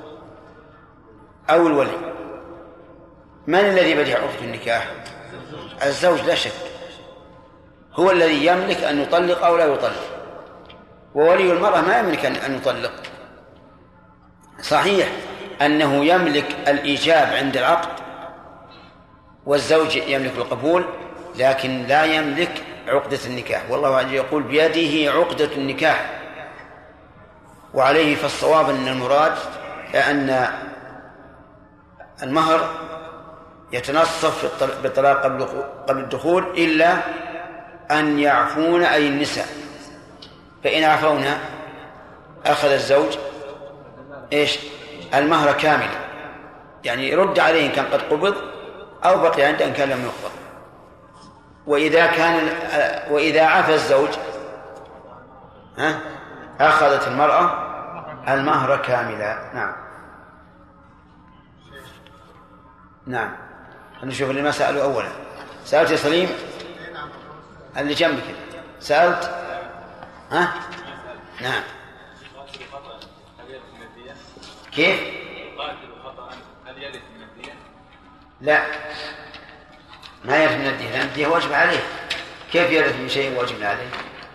Speaker 1: أو الولي؟ من الذي بديع عقد النكاح؟ الزوج لا شك، هو الذي يملك أن يطلق أو لا يطلق، وولي المرأة ما يملك أن يطلق. صحيح أنه يملك الإيجاب عند العقد والزوج يملك القبول، لكن لا يملك عقدة النكاح، والله عز وجل يقول بيده عقدة النكاح. وعليه فالصواب أن المراد أن المهر يتنصف بالطلاق قبل الدخول إلا أن يعفون أي النساء، فإن عفونا أخذ الزوج المهر كامل، يعني يرد عليه إن كان قد قبض أو بقي عنده إن كان لم يقبض. وإذا عفى الزوج أخذت المرأة المهر كاملا. نعم. نشوف اللي ما سألوا أولا. سألت يا سليم؟ اللي جنبك سألت؟ نعم. كيف؟ هل يرث من الدية؟ لا، ما يرث من الدية، لأن الدية واجب عليه. كيف يرث من شيء واجب عليه؟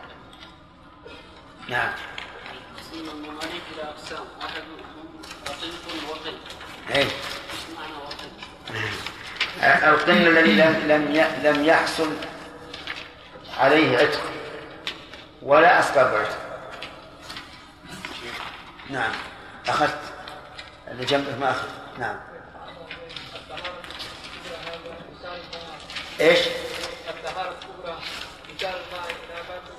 Speaker 1: نعم.
Speaker 11: قسم المماليك إلى أقسام، أحدهم رقيق وقيق.
Speaker 1: إيه. القن الذي لم يحصل عليه عتق ولا أسباب عتق. نعم. أخذت اللي جنبه ما أخذ. نعم. إيش؟
Speaker 4: الطهارة الكبرى إزالة الماء إلى باطن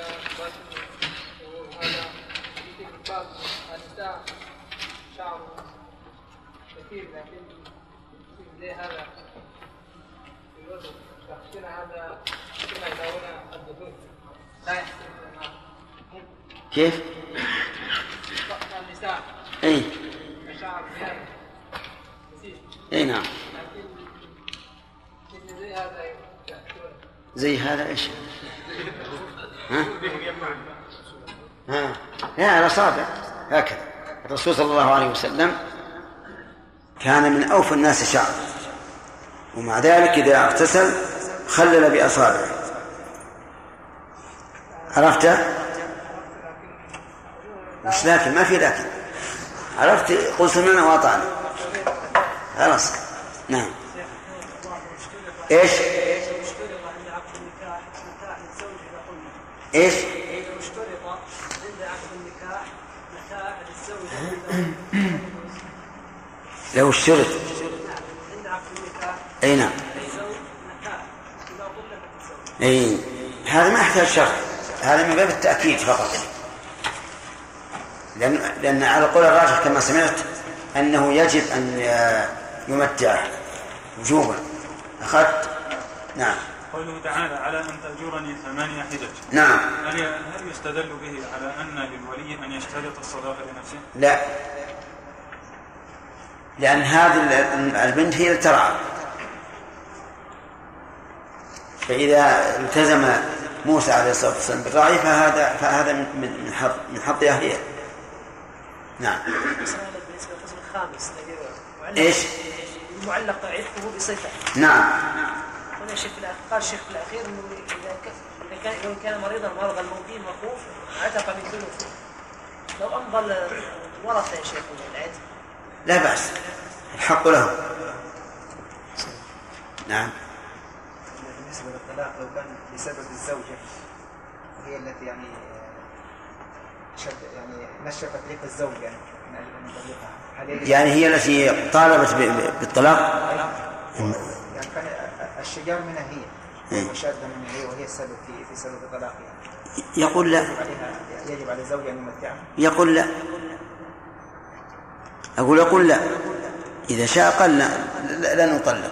Speaker 4: وهذا يتم بعض النساء شعر كثير، لكن زي هذا في الوجه تحسين هذا كما يداول الدخول لا يحسن الماء.
Speaker 1: كيف؟
Speaker 4: النساء
Speaker 1: اي
Speaker 4: شعر بهذا كثير.
Speaker 1: اي نعم.
Speaker 4: لكن زي هذا
Speaker 1: زي هذا ايش؟ لا، على أصابع هكذا. الرسول صلى الله عليه وسلم كان من أوفى الناس شعر، ومع ذلك إذا اغتسل خلل بأصابعه. عرفت؟ مش لكن، ما في لكن. عرفت؟ قل سمعنا وأطعنا خلاص. نعم. ايش؟ ايش؟ لو اشترط اي نعم. اي هذا ما يحتاج شرط، هذا من باب التأكيد فقط، لأن على قول الراجح كما سمعت أنه يجب أن يمتع وجوبا. أخذت؟ نعم.
Speaker 12: قوله تعالى على أن تأجرني 8 حجج.
Speaker 1: نعم.
Speaker 12: هل يستدل به على أن للولي أن يشترط الصداقة لنفسه؟
Speaker 1: لا، لأن هذه البنت هي اللي ترعى، فإذا التزم موسى عليه الصلاة والسلام بالرعي فهذا من حظ أهلها. نعم.
Speaker 13: بالنسبة للقسم الخامس
Speaker 1: ايش؟
Speaker 13: المعلق عتقه بصفة.
Speaker 1: نعم.
Speaker 13: هنا قال الشيخ في الأخير إنه إذا كان مريضا مرض المقيم مخوف عتق من ثلثه. لو أمضى الورثة يا شيخ العتق
Speaker 1: لا بأس، الحق له. نعم.
Speaker 10: بالنسبة للطلاق لو كان بسبب الزوجة وهي التي يعني نشفت ريق الزوج
Speaker 1: يعني هي التي طالبت بالطلاق،
Speaker 10: يعني كان الشجار منها هي وشادة منها هي وهي السبب في سبب طلاقها.
Speaker 1: يقول لا،
Speaker 10: يجب على الزوج أن يمتعها.
Speaker 1: يقول لا. يقول لا، إذا شاء قال لا نطلق.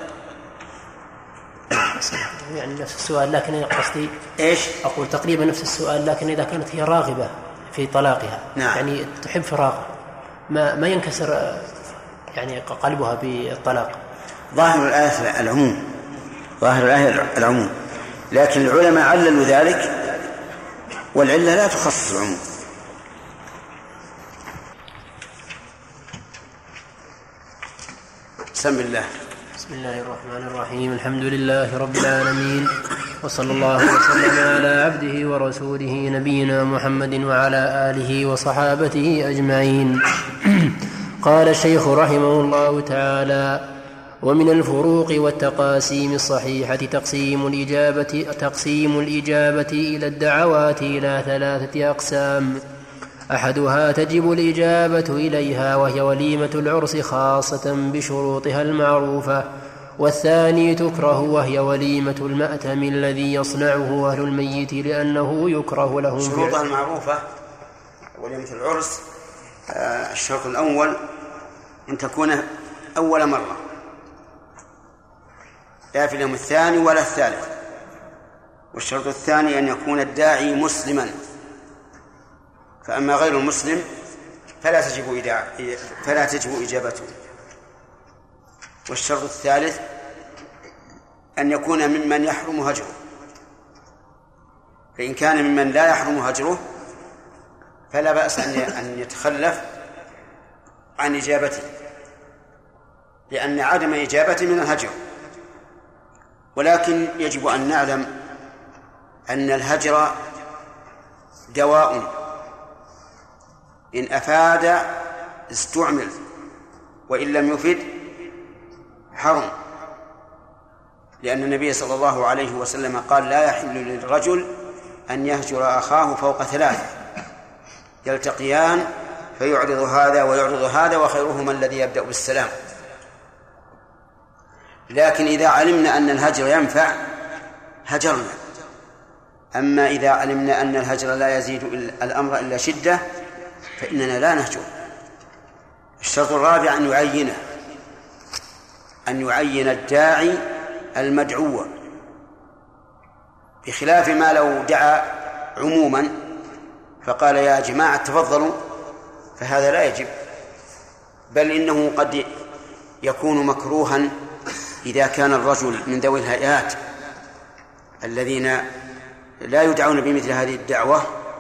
Speaker 2: يعني نفس السؤال، لكن قصدي
Speaker 1: ايش؟
Speaker 2: أقول تقريبا نفس السؤال، لكن إذا كانت هي راغبة في طلاقها.
Speaker 1: نعم.
Speaker 2: يعني تحب فراغها ما ينكسر يعني قلبها بالطلاق.
Speaker 1: ظاهر الآية العموم، لكن العلماء عللوا ذلك، والعلة لا تخصص العموم. بسم
Speaker 2: الله الرحمن الرحيم. الحمد لله رب العالمين، وصلى الله وسلم على عبده ورسوله نبينا محمد وعلى آله وصحابته أجمعين. قال الشيخ رحمه الله تعالى: ومن الفروق والتقاسيم الصحيحة تقسيم الإجابة إلى الدعوات إلى 3 أقسام. أحدها تجب الإجابة إليها وهي وليمة العرس خاصة بشروطها المعروفة، والثاني تكره وهي وليمة المأتم الذي يصنعه أهل الميت لأنه يكره لهم.
Speaker 1: شروطها المعروفة وليمة العرس، الشرط الأول أن تكون أول مرة، لا في اليوم الثاني ولا الثالث. والشرط الثاني أن يكون الداعي مسلما، فأما غير المسلم فلا تجب إجابته. والشرط الثالث أن يكون ممن يحرم هجره، فإن كان ممن لا يحرم هجره فلا بأس أن يتخلف عن إجابته، لأن عدم إجابته من الهجر. ولكن يجب أن نعلم أن الهجر دواء، إن أفاد استعمل، وإن لم يفد حرم، لأن النبي صلى الله عليه وسلم قال: لا يحل للرجل أن يهجر أخاه فوق 3 يلتقيان فيعرض هذا ويعرض هذا وخيرهما الذي يبدأ بالسلام. لكن إذا علمنا أن الهجر ينفع هجرنا، أما إذا علمنا أن الهجر لا يزيد الأمر إلا شدة فإننا لا نهجر. الشرط الرابع أن يعين الداعي المدعو، بخلاف ما لو دعا عموما فقال: يا جماعة تفضلوا، فهذا لا يجب، بل إنه قد يكون مكروها إذا كان الرجل من ذوي الهيئات الذين لا يدعون بمثل هذه الدعوة.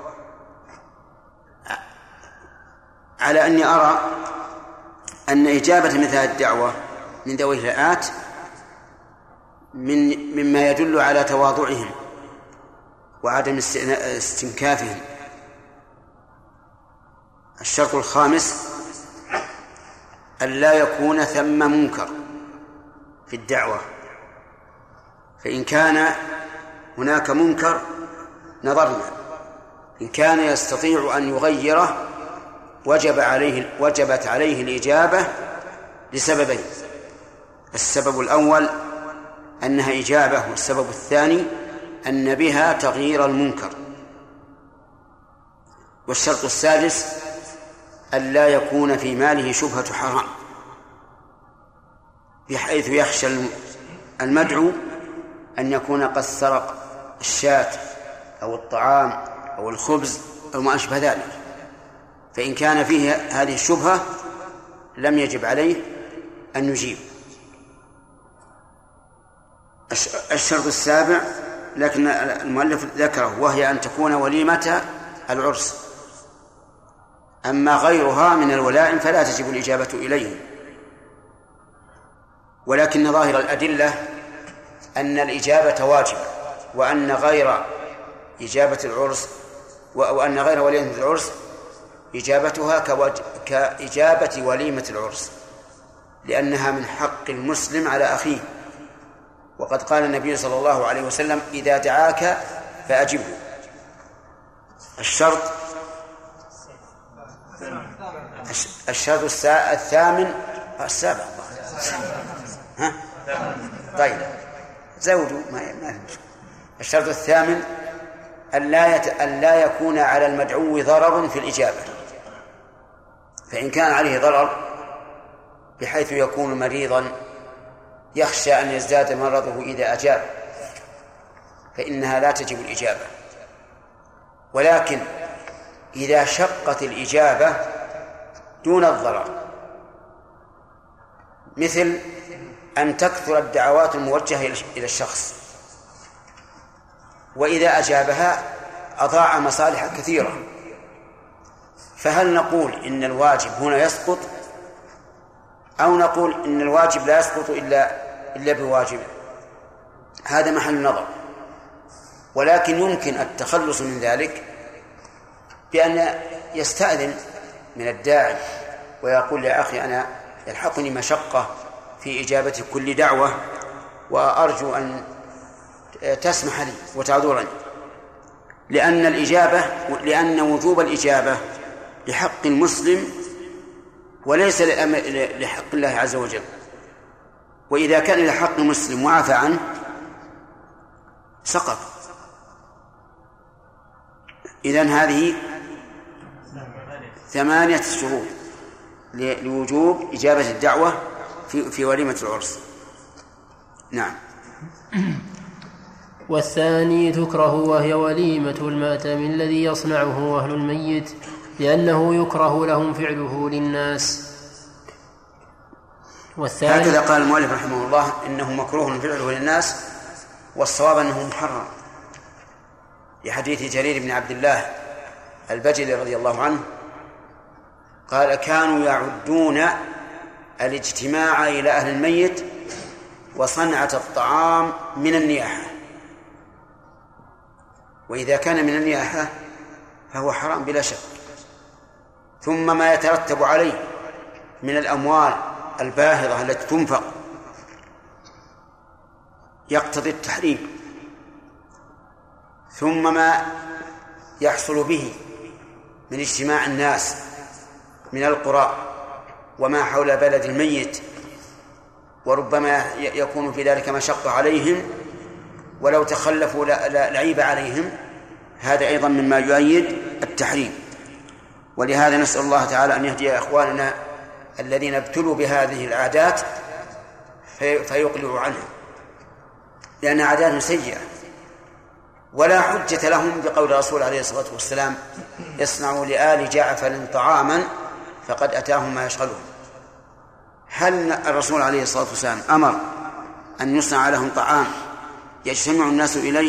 Speaker 1: على أني أرى أن إجابة مثل هذه الدعوة من ذوي الهيئات مما يدل على تواضعهم وعدم استنكافهم. الشرط الخامس ألا يكون ثم منكر في الدعوة، فإن كان هناك منكر نظرنا، إن كان يستطيع أن يغيره وجبت عليه الإجابة لسببين: السبب الأول أنها إجابة، والسبب الثاني أن بها تغيير المنكر. والشرط السادس ألا يكون في ماله شبهة حرام، بحيث يخشى المدعو أن يكون قد سرق الشاة أو الطعام أو الخبز أو ما أشبه ذلك، فإن كان فيه هذه الشبهة لم يجب عليه أن يجيب. الشرط السابع لكن المؤلف ذكره، وهي أن تكون وليمة العرس، أما غيرها من الولائم فلا تجب الإجابة إليه. ولكن ظاهر الأدلة أن الإجابة واجبة، وأن غير إجابة العرس وأن غير وليمة العرس إجابتها كإجابة وليمة العرس، لأنها من حق المسلم على أخيه. وقد قال النبي صلى الله عليه وسلم: إذا دعاك فأجبه. الشرط الثامن السابع. ها؟ طيب زودوا ما الشرط الثامن ألا يكون على المدعو ضرر في الإجابة، فإن كان عليه ضرر بحيث يكون مريضا يخشى أن يزداد مرضه إذا أجاب فإنها لا تجب الإجابة. ولكن إذا شقت الإجابة دون الضرر، مثل أن تكثر الدعوات الموجهة إلى الشخص، وإذا أجابها أضاع مصالح كثيرة، فهل نقول إن الواجب هنا يسقط، أو نقول إن الواجب لا يسقط إلا بواجب؟ هذا محل نظر. ولكن يمكن التخلص من ذلك بأن يستأذن من الداعي ويقول: يا أخي أنا يلحقني مشقة في إجابة كل دعوة، وأرجو أن تسمح لي وتعذرني، لأن وجوب الإجابة لحق المسلم وليس لحق الله عز وجل، وإذا كان لحق المسلم وعفى عنه سقط. إذن هذه 8 شروط لوجوب إجابة الدعوة في وليمة العرس. نعم.
Speaker 2: والثاني تكره، وهي وليمة المأتم الذي يصنعه أهل الميت، لأنه يكره لهم فعله للناس.
Speaker 1: هكذا قال المؤلف رحمه الله إنه مكروه فعله للناس، والصواب أنه محرم، لحديث جرير بن عبد الله البجلي رضي الله عنه قال: كانوا يعدون الاجتماع إلى أهل الميت وصنعة الطعام من النياحة، وإذا كان من النياحة فهو حرام بلا شك، ثم ما يترتب عليه من الأموال الباهظة التي تنفق يقتضي التحريم، ثم ما يحصل به من اجتماع الناس من القرى وما حول بلد الميت، وربما يكون في ذلك مشقة عليهم، ولو تخلفوا لعيب عليهم، هذا أيضا مما يؤيد التحريم. ولهذا نسأل الله تعالى أن يهدي أخواننا الذين ابتلوا بهذه العادات فيقلعوا عنها، لأن عادات سيئة، ولا حجة لهم بقول الرسول عليه الصلاة والسلام: اصنعوا لآل جعفر طعاما فقد أتاهم ما يشغلهم. هل الرسول عليه الصلاة والسلام أمر أن يصنع لهم طعام يجتمع الناس إليه؟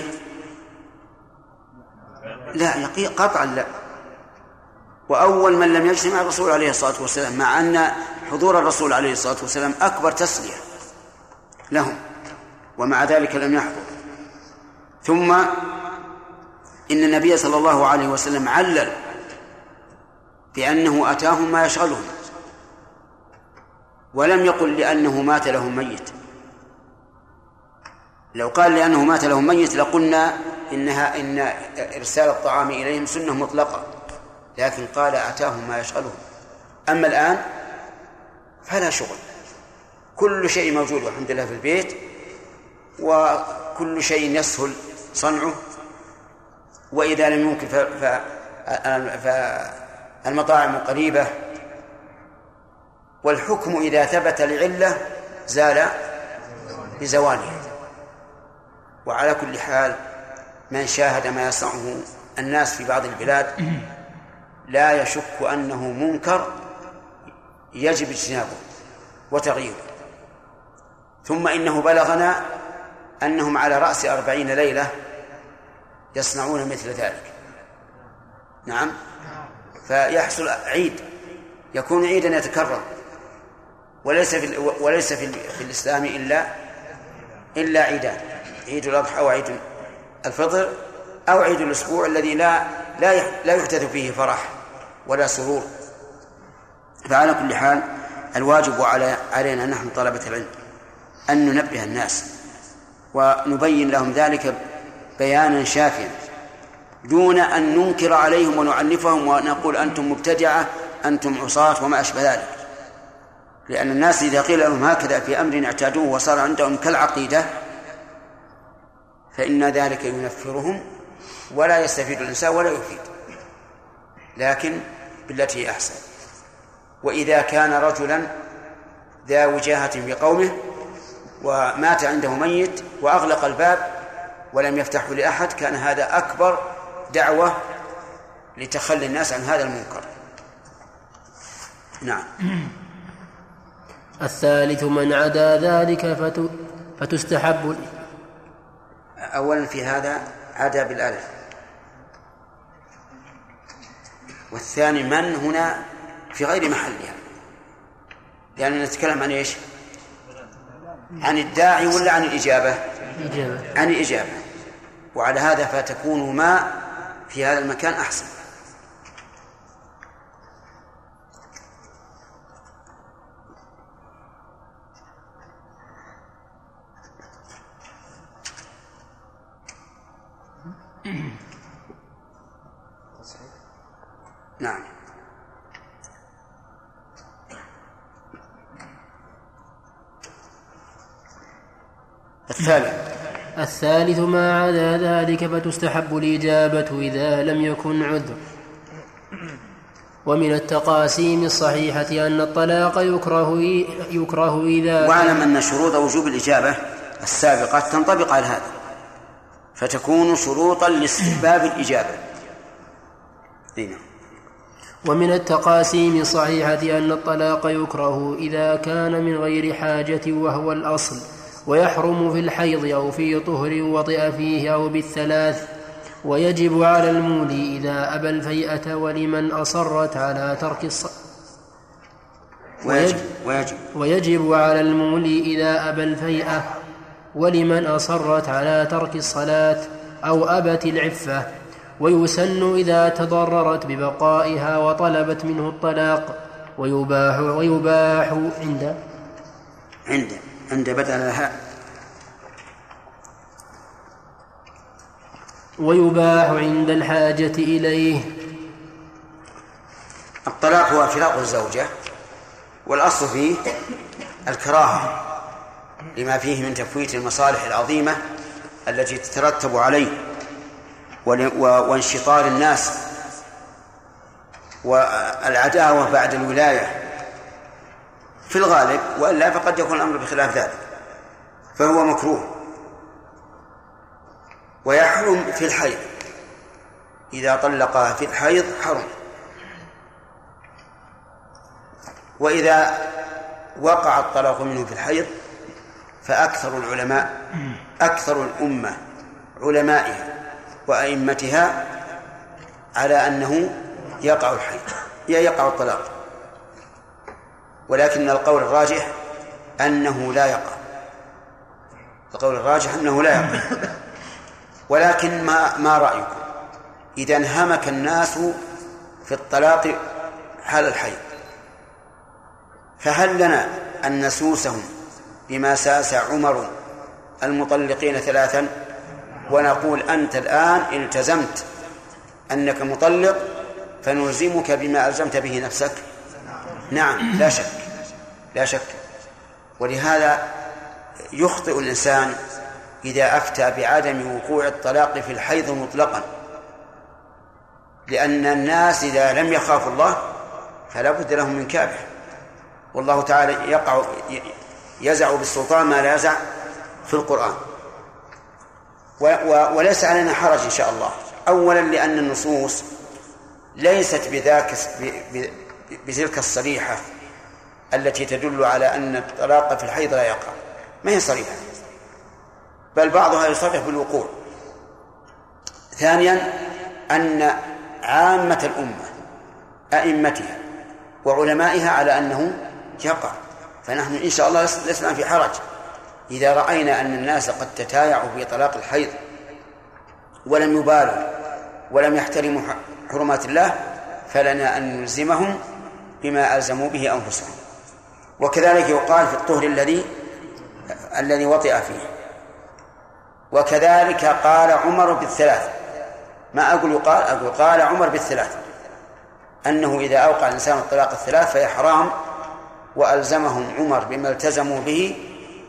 Speaker 1: لا، قطعا لا. وأول من لم يجتمع الرسول عليه الصلاة والسلام، مع أن حضور الرسول عليه الصلاة والسلام أكبر تسلية لهم، ومع ذلك لم يحضر. ثم إن النبي صلى الله عليه وسلم علل بأنه أتاهم ما يشغلهم، ولم يقل لأنه مات لهم ميت. لو قال لأنه مات لهم ميت لقلنا إن إرسال الطعام إليهم سنة مطلقة، لكن قال أتاهم ما يشغلهم. أما الآن فلا شغل، كل شيء موجود والحمد لله في البيت، وكل شيء يسهل صنعه، وإذا لم يمكن فالمطاعم قريبة، والحكم إذا ثبت لعلة زال بزواله. وعلى كل حال من شاهد ما يصنعه الناس في بعض البلاد لا يشك أنه منكر يجب اجتنابه وتغييره. ثم إنه بلغنا أنهم على رأس 40 ليلة يصنعون مثل ذلك. نعم، فيحصل عيد، يكون عيدا يتكرر، وليس في الإسلام إلا عيدان: عيد الأضحى وعيد الفطر، أو عيد الأسبوع الذي لا يحدث فيه فرح ولا سرور. فعلى كل حال الواجب علينا نحن طلبة العلم أن ننبه الناس ونبين لهم ذلك بيانا شافيا، دون أن ننكر عليهم ونعنفهم ونقول أنتم مبتدعة، أنتم عصاة وما أشبه ذلك. لأن الناس إذا قيل لهم هكذا في أمر اعتادوه وصار عندهم كالعقيدة فإن ذلك ينفرهم ولا يستفيد الإنسان ولا يفيد، لكن بالتي أحسن. وإذا كان رجلا ذا وجاهة بقومه ومات عنده ميت وأغلق الباب ولم يفتحه لأحد، كان هذا أكبر دعوة لتخلي الناس عن هذا المنكر. نعم.
Speaker 2: الثالث من عدا ذلك فتستحب.
Speaker 1: أولا في هذا عدا بالألف، والثاني من هنا في غير محلها، لأننا نتكلم عن إيش؟ عن الداعي ولا عن الإجابة؟ عن الإجابة. وعلى هذا فتكون ما في هذا المكان أحسن. نعم.
Speaker 2: الثالث ما عدا ذلك فتستحب الإجابة إذا لم يكن عذر. ومن التقاسيم الصحيحة أن الطلاق يكره إذا
Speaker 1: واعلم أن شروط وجوب الإجابة السابقة تنطبق على هذا، فتكون شروطا لاستحباب الإجابة. هنا.
Speaker 2: ومن التقاسيم الصحيحة أن الطلاق يكره إذا كان من غير حاجة وهو الأصل، ويحرم في الحيض أو في طهر وطئ فيه أو بالثلاث. ويجب على المولي إذا أبى الفيئة ولمن أصرت على ترك ويجب على المولي إذا أبى الفيئة ولمن أصرت على ترك الصلاة أو أبت العفة. ويسن إذا تضررت ببقائها وطلبت منه الطلاق. ويباح
Speaker 1: عند بدلها.
Speaker 2: ويباح عند الحاجة إليه.
Speaker 1: الطلاق هو فراق الزوجة، والأصل فيه الكراهة لما فيه من تفويت المصالح العظيمة التي تترتب عليه وانشطار الناس والعداوة بعد الولاية في الغالب، وإلا فقد يكون الأمر بخلاف ذلك، فهو مكروه. ويحرم في الحيض، إذا طلقها في الحيض حرم. وإذا وقع الطلاق منه في الحيض فأكثر العلماء، أكثر الأمة علمائها وأئمتها على أنه يقع الحيض، يقع الطلاق، ولكن القول الراجح أنه لا يقع. القول الراجح أنه لا يقع. ولكن ما رأيكم إذا انهمك الناس في الطلاق حال الحيض، فهل لنا أن نسوسهم بما ساس عمر المطلقين 3 ونقول أنت الآن التزمت أنك مطلق فنلزمك بما ألزمت به نفسك؟ نعم، لا شك. ولهذا يخطئ الإنسان إذا أفتى بعدم وقوع الطلاق في الحيض مطلقا، لأن الناس إذا لم يخافوا الله فلا بد لهم من كابح، والله تعالى يزع بالسلطان ما لا يزع في القرآن. وليس علينا حرج إن شاء الله، أولا لأن النصوص ليست بتلك الصريحة التي تدل على أن الطلاق في الحيض لا يقع، ما هي صريحة، بل بعضها يصرح بالوقوع. ثانيا أن عامة الأمة أئمتها وعلمائها على أنه يقع، فنحن إن شاء الله لسنا في حرج إذا رأينا أن الناس قد تتايعوا في طلاق الحيض ولم يبالوا ولم يحترموا حرمات الله، فلنا أن نلزمهم بما ألزموا به أنفسهم. وكذلك يقال في الطهر الذي وطئ فيه. وكذلك قال عمر بالثلاث، ما أقول قال عمر بالثلاث، أنه إذا أوقع الإنسان الطلاق الثلاث فهي حرام، وألزمهم عمر بما التزموا به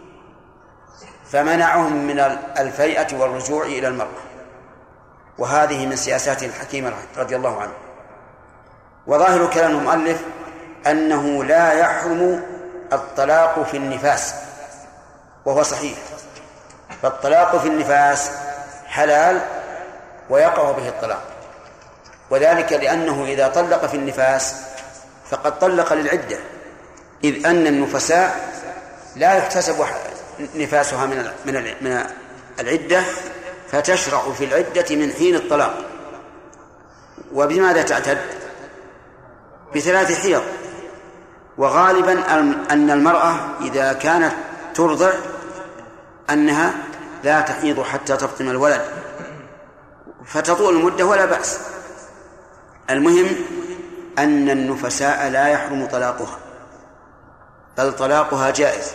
Speaker 1: فمنعهم من الفيئة والرجوع إلى المرأة. وهذه من سياساته الحكيمة رضي الله عنه. وظاهر كلام المؤلف أنه لا يحرم الطلاق في النفاس، وهو صحيح، فالطلاق في النفاس حلال ويقع به الطلاق، وذلك لأنه إذا طلق في النفاس فقد طلق للعدة، إذ أن النفساء لا يحتسب نفاسها من العدة، فتشرع في العدة من حين الطلاق. وبماذا تعتد؟ ب3 حيض. وغالبا أن المرأة إذا كانت ترضع أنها لا تحيض حتى تفطم الولد، فتطول المدة ولا بأس. المهم أن النفساء لا يحرم طلاقها، بل طلاقها جائز،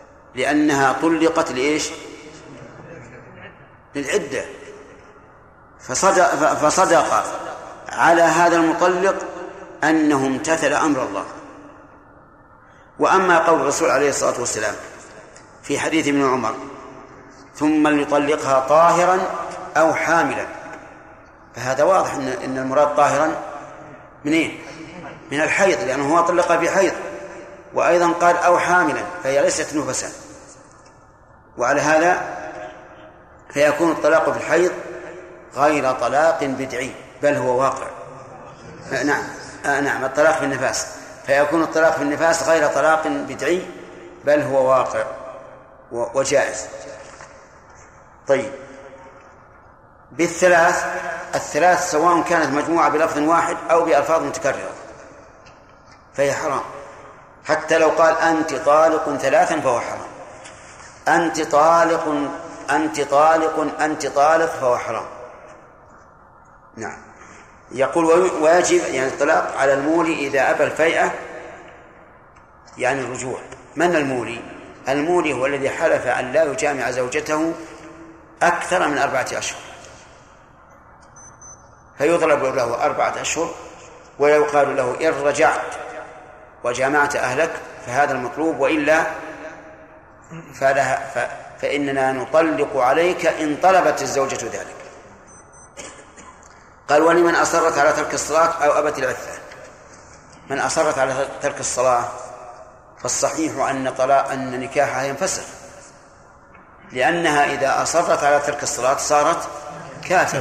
Speaker 1: لأنها طلقت لإيش؟ للعدة. فصدق على هذا المطلق أنه امتثل أمر الله. وأما قول الرسول عليه الصلاة والسلام في حديث ابن عمر ثم ليطلقها طاهرا أو حاملا، فهذا واضح أن المراد طاهرا منين؟ من الحيض، لأنه هو طلقها في حيض، وأيضا قال أو حاملا، فهي ليست نفسا. وعلى هذا فيكون الطلاق في الحيض غير طلاق بدعي بل هو واقع. نعم الطلاق في النفاس، فيكون الطلاق في النفاس غير طلاق بدعي بل هو واقع وجائز. طيب، الثلاث سواء كانت مجموعة بلفظ واحد أو بألفاظ متكررة فهي حرام، حتى لو قال أنت طالق ثلاثا فهو حرام، أنت طالق أنت طالق أنت طالق فهو حرام. نعم. يقول ويجب يعني الطلاق على المولي إذا أبى الفيئة، يعني الرجوع. من المولي؟ المولي هو الذي حلف أن لا يجامع زوجته أكثر من 4 أشهر، فيضرب له 4 أشهر، ويقال له إن رجعت وجامعت أهلك فهذا المطلوب، وإلا فإننا نطلق عليك إن طلبت الزوجة ذلك. قال ولمن أصرت على ترك الصلاة أو أبت العفة. من أصرت على ترك الصلاة فالصحيح أن نكاحها ينفسخ، لأنها إذا أصرت على ترك الصلاة صارت كافرة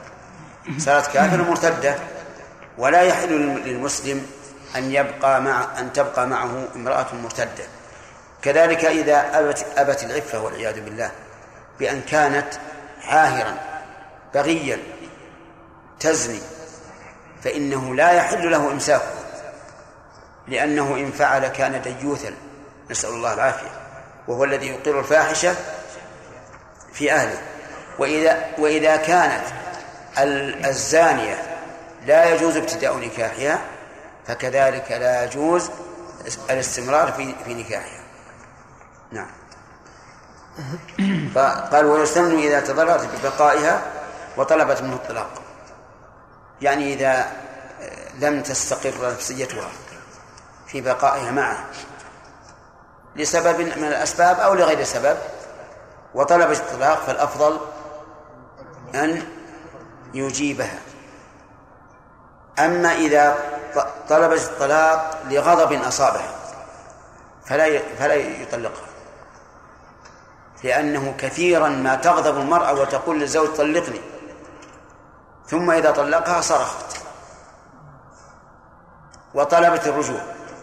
Speaker 1: مرتدة، ولا يحل للمسلم أن تبقى معه امرأة مرتدة. كذلك إذا أبت العفة والعياذ بالله بأن كانت عاهرا بغيا تزني، فإنه لا يحل له إمساكه، لأنه إن فعل كان ديوثا، نسأل الله العافية، وهو الذي يقر الفاحشة في أهله. وإذا كانت الزانية لا يجوز ابتداء نكاحها فكذلك لا يجوز الاستمرار في نكاحها. نعم. فقال ويستمن إذا تضررت ببقائها وطلبت منه الطلاق، يعني إذا لم تستقر نفسيتها في بقائها معه لسبب من الأسباب أو لغير سبب وطلبت الطلاق، فالأفضل أن يجيبها. أما إذا طلبت الطلاق لغضب أصابها فلا يطلقها، لأنه كثيرا ما تغضب المرأة وتقول للزوج طلقني، ثم إذا طلقها صرخت وطلبت الرجوع،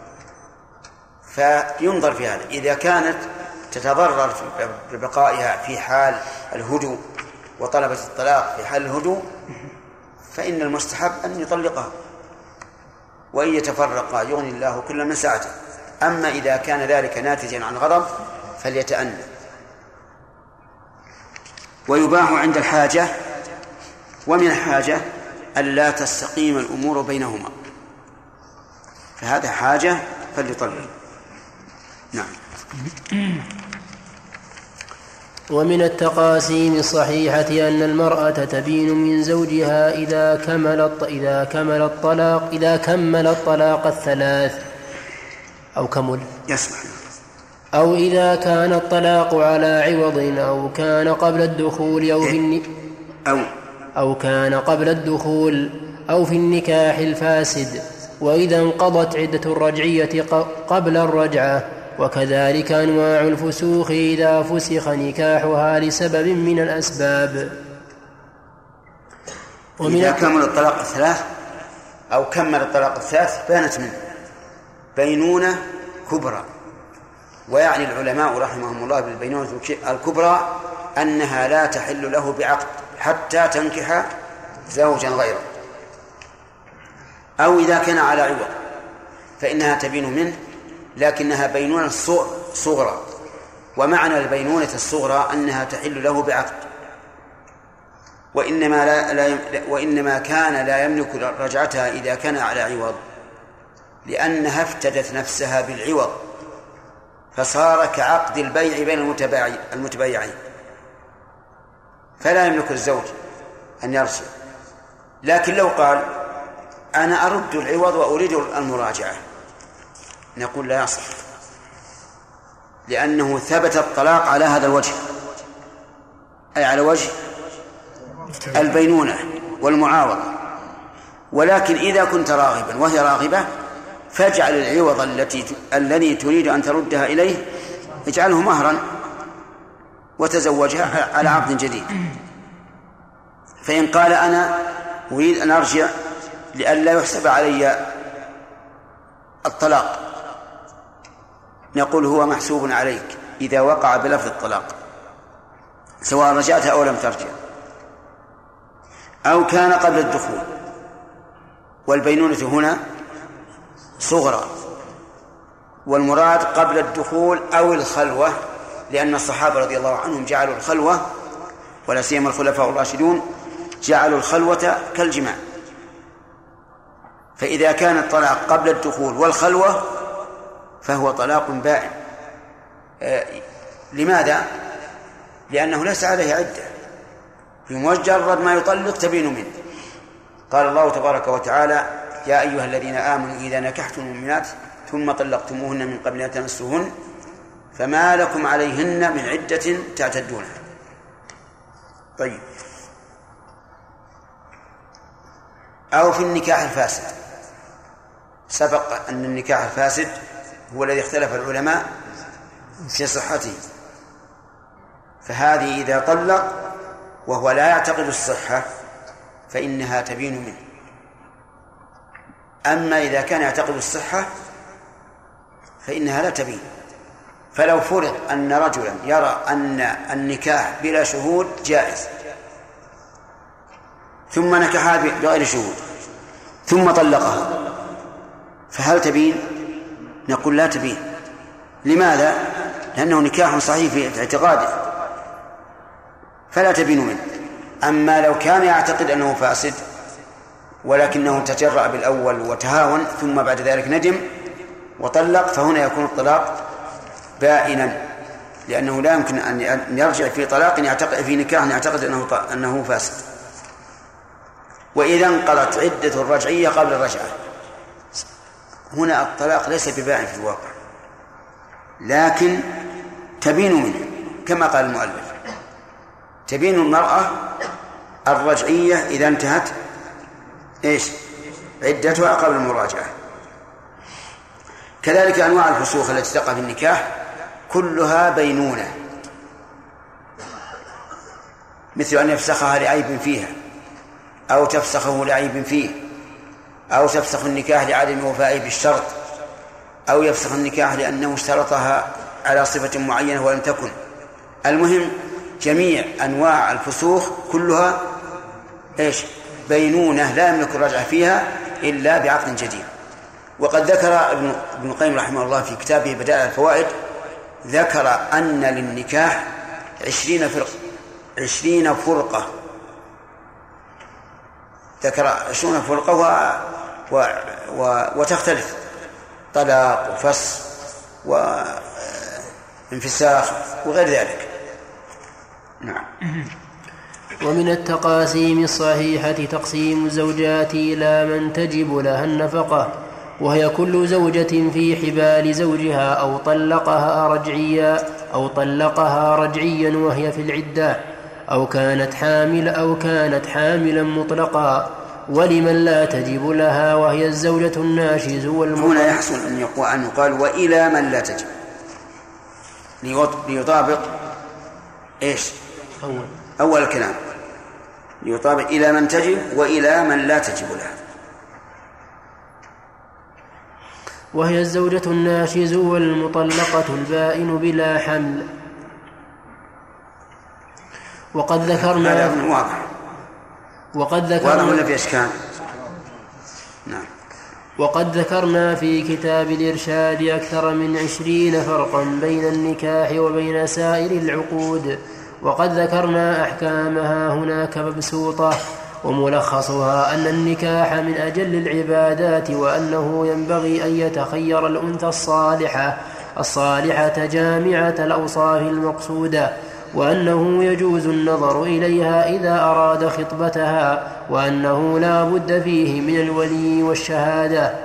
Speaker 1: فينظر في هذا. إذا كانت تتضرر ببقائها في حال الهدوء وطلبت الطلاق في حال الهدوء فإن المستحب أن يطلقها، وإن يتفرقا يغني الله كل من سعته. أما إذا كان ذلك ناتجا عن غضب فليتأنى. ويباح عند الحاجة، ومن الحاجة ألا تستقيم الأمور بينهما، فهذا حاجة فليطلق. نعم.
Speaker 2: ومن التقاسيم الصحيحة أن المرأة تبين من زوجها إذا كمل الطلاق الثلاث أو كمل
Speaker 1: يسمح،
Speaker 2: أو إذا كان الطلاق على عوض أو كان قبل الدخول أو كان قبل الدخول أو في النكاح الفاسد، وإذا انقضت عدة الرجعية قبل الرجعة، وكذلك أنواع الفسوخ إذا فسخ نكاحها لسبب من الأسباب.
Speaker 1: إذا كمل الطلاق الثلاث أو كمل الطلاق الثلاث بانت منه بينونة كبرى. ويعني العلماء رحمهم الله بالبينونة الكبرى أنها لا تحل له بعقد حتى تنكح زوجا غيره. أو إذا كان على عوض فإنها تبين منه لكنها بينونة صغرى، ومعنى البينونة الصغرى أنها تحل له بعقد، وإنما كان لا يملك رجعتها إذا كان على عوض، لأنها افتدت نفسها بالعوض فصار كعقد البيع بين المتبايعين، فلا يملك الزوج أن يرجع. لكن لو قال أنا أرد العوض وأريد المراجعة نقول لا يصح، لأنه ثبت الطلاق على هذا الوجه، أي على وجه البينونة والمعاوضة. ولكن إذا كنت راغبا وهي راغبة فاجعل العوض الذي تريد أن تردها إليه اجعله مهرا وتزوجها على عقد جديد. فإن قال أنا أريد أن أرجع لئلا يحسب علي الطلاق نقول هو محسوب عليك إذا وقع بلفظ الطلاق سواء رجعت أو لم ترجع. أو كان قبل الدخول، والبينونة هنا صغرى، والمراد قبل الدخول أو الخلوة، لأن الصحابة رضي الله عنهم جعلوا الخلوة ولا سيما الخلفاء الراشدون جعلوا الخلوة كالجماع. فإذا كان الطلاق قبل الدخول والخلوة فهو طلاق بائن. لماذا؟ لأنه ليس عليه عدة، بمجرد ما يطلق تبين منه. قال الله تبارك وتعالى يا أيها الذين آمنوا إذا نكحتم المؤمنات ثم طلقتموهن من قبل أن تمسوهن فما لكم عليهن من عدة تعتدونها. طيب، أو في النكاح الفاسد، سبق أن النكاح الفاسد هو الذي اختلف العلماء في صحته، فهذه إذا طلق وهو لا يعتقد الصحة فإنها تبين منه. أما إذا كان يعتقد الصحة فإنها لا تبين. فلو فرض أن رجلا يرى أن النكاح بلا شهود جائز ثم نكحها بغير شهود ثم طلقها فهل تبين؟ نقول لا تبين. لماذا؟ لأنه نكاح صحيح في اعتقاده فلا تبين منه. أما لو كان يعتقد أنه فاسد ولكنه تجرأ بالأول وتهاون ثم بعد ذلك ندم وطلق فهنا يكون الطلاق بائنا، لأنه لا يمكن أن يرجع في طلاق يعتقد في نكاح يعتقد أنه فاسد. وإذا انقضت عدة الرجعية قبل الرجعة هنا الطلاق ليس ببائن في الواقع، لكن تبين منه كما قال المؤلف تبين المرأة الرجعية إذا انتهت عدتها قبل المراجعة. كذلك أنواع الفسوق التي تقع في النكاح كلها بينونة، مثل أن يفسخها لعيب فيها أو تفسخه لعيب فيه أو تفسخ النكاح لعدم وفائه بالشرط أو يفسخ النكاح لأنه اشترطها على صفة معينة ولم تكن. المهم جميع أنواع الفسوق كلها بينونة لا يملك الرجعة فيها إلا بعقد جديد. وقد ذكر ابن القيم رحمه الله في كتابه بدائع الفوائد ذكر أن للنكاح 20 فرقة، ذكر 20 فرقة وتختلف طلاق وفسخ وانفساخ وغير ذلك. نعم.
Speaker 2: ومن التقاسيم الصحيحة تقسيم الزوجات إلى من تجب لها النفقة، وهي كل زوجة في حبال زوجها أو طلقها رجعيا وهي في العدة أو كانت حاملا مطلقا، ولمن لا تجب لها وهي الزوجة الناشز
Speaker 1: هنا يحسن أن يقال وإلى من لا تجب ليطابق أول الكلام، ليطابق إلى من تجب وإلى من لا تجب لها.
Speaker 2: وهي الزوجة الناشز والمطلقة البائن بلا حمل. وقد ذكرنا
Speaker 1: ولا في إشكال. نعم.
Speaker 2: وقد ذكرنا في كتاب الإرشاد أكثر من 20 فرقا بين النكاح وبين سائر العقود، وقد ذكرنا أحكامها هناك مبسوطة، وملخصها أن النكاح من أجل العبادات، وأنه ينبغي أن يتخير الأنثى الصالحة جامعة الأوصاف المقصودة، وأنه يجوز النظر إليها إذا أراد خطبتها، وأنه لا بد فيه من الولي والشهادة.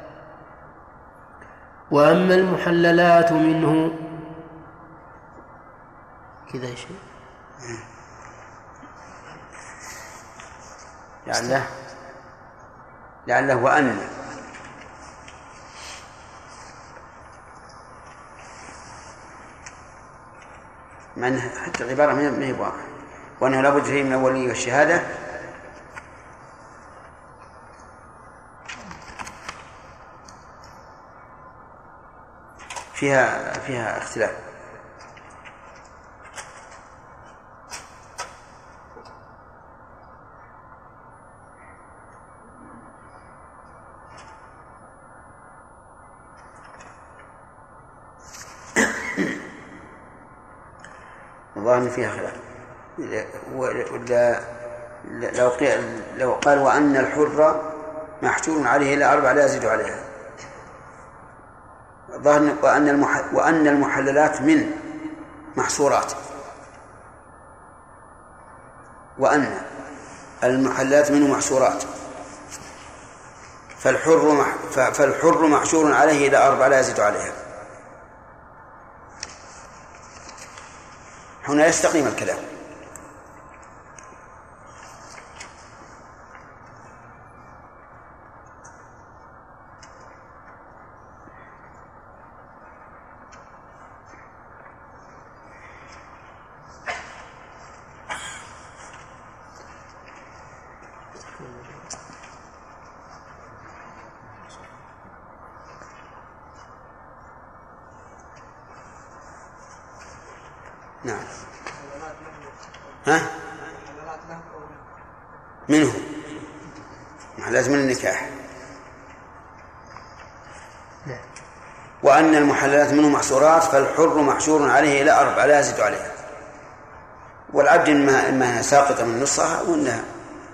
Speaker 2: وأما المحللات منه كذا شيء
Speaker 1: لعله وأن من حتى العبارة ما هي واضحة، وأنه لا بد فيه من الولي والشهادة. فيها اختلاف. والله فيها خلاف. لو قال وأن الحر محجور عليه إلى 4 لا يزيد عليها، ظاهر وأن المحللات من محصورات، وأن المحللات منه محصورات، فالحر محشور عليه إلى 4 لا يزيد عليها. هنا يستقيم الكلام. نعم. ها؟ منه لازم النكاح. وأن المحللات منه محصورات، فالحر محشور عليه إلى 4 لا يزيد عليها. والعبد إما ساقطة من نصها وإنها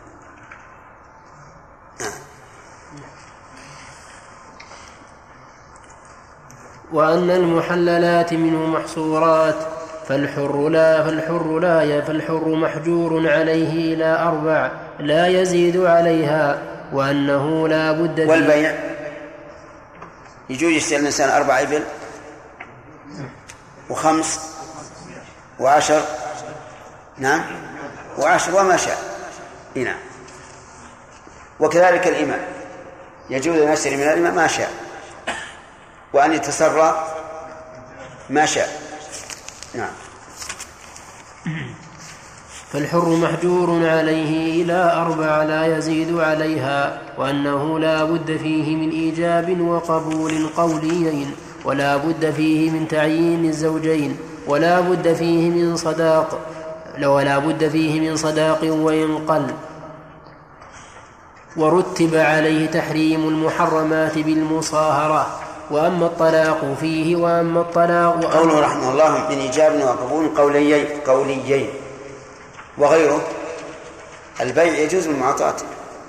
Speaker 2: وأن المحللات منه محصورات، فالحر محجور عليه إلى 4 لا يزيد عليها، وأنه لا بد فيه.
Speaker 1: والبيع يجوز يشتري الإنسان 4 إبل و5 و10، نعم، و10 وما شاء. نعم. وكذلك الإماء يجوز أن يشتري من الإماء ما شاء، وأن يتسرى ما شاء. نعم.
Speaker 2: فالحر محجور عليه إلى 4 لا يزيد عليها، وأنه لا بد فيه من إيجاب وقبول قوليين، ولا بد فيه من تعيين الزوجين، ولا بد فيه من صداق وإن قل. ورتب عليه تحريم المحرمات بالمصاهرة. وأما الطلاق فيه وأما الطلاق
Speaker 1: قوله رحمه الله من إيجاب وقبول قوليين وغيره. البيع يجوز بالمعاطاة،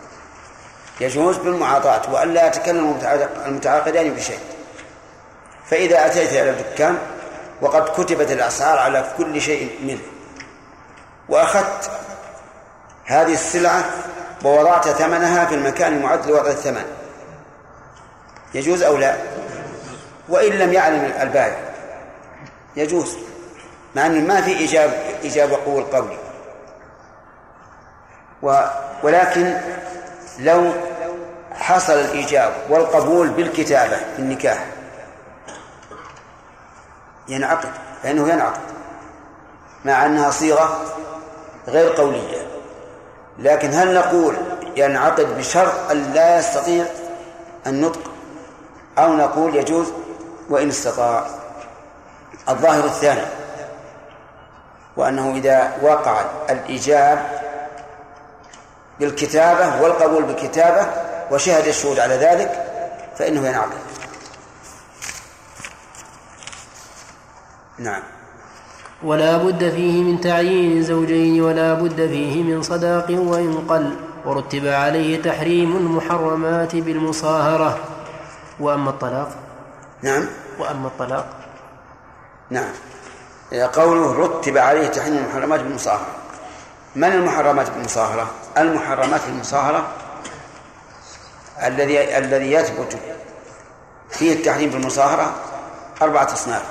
Speaker 1: وأن لا يتكلم المتعاقدان بشيء. فإذا أتيت إلى الدكان وقد كتبت الأسعار على كل شيء منه، وأخذت هذه السلعة ووضعت ثمنها في المكان المعد لوضع الثمن، يجوز أو لا؟ وإن لم يعلم البائع يجوز، مع أنه ما في إيجاب وقبول قولي. ولكن لو حصل الإيجاب والقبول بالكتابة في النكاح ينعقد، فإنه ينعقد مع أنها صيغة غير قولية. لكن هل نقول ينعقد بشرط أن لا يستطيع النطق، أو نقول يجوز وإن استطاع؟ الظاهر الثاني، وأنه إذا وقع الإيجاب بالكتابة والقبول بالكتابة وشهد الشهود على ذلك فإنه ينعقد. نعم.
Speaker 2: ولا بد فيه من تعيين زوجين، ولا بد فيه من صداق وإن قل. ورتب عليه تحريم المحرمات بالمصاهرة. وأما الطلاق.
Speaker 1: نعم.
Speaker 2: وأما الطلاق.
Speaker 1: نعم. قوله رتب عليه تحريم المحرمات بالمصاهرة. من المحرمات بالمصاهرة؟ المحرمات بالمصاهرة الذي يثبت فيه التحريم بالمصاهرة 4 أصناف: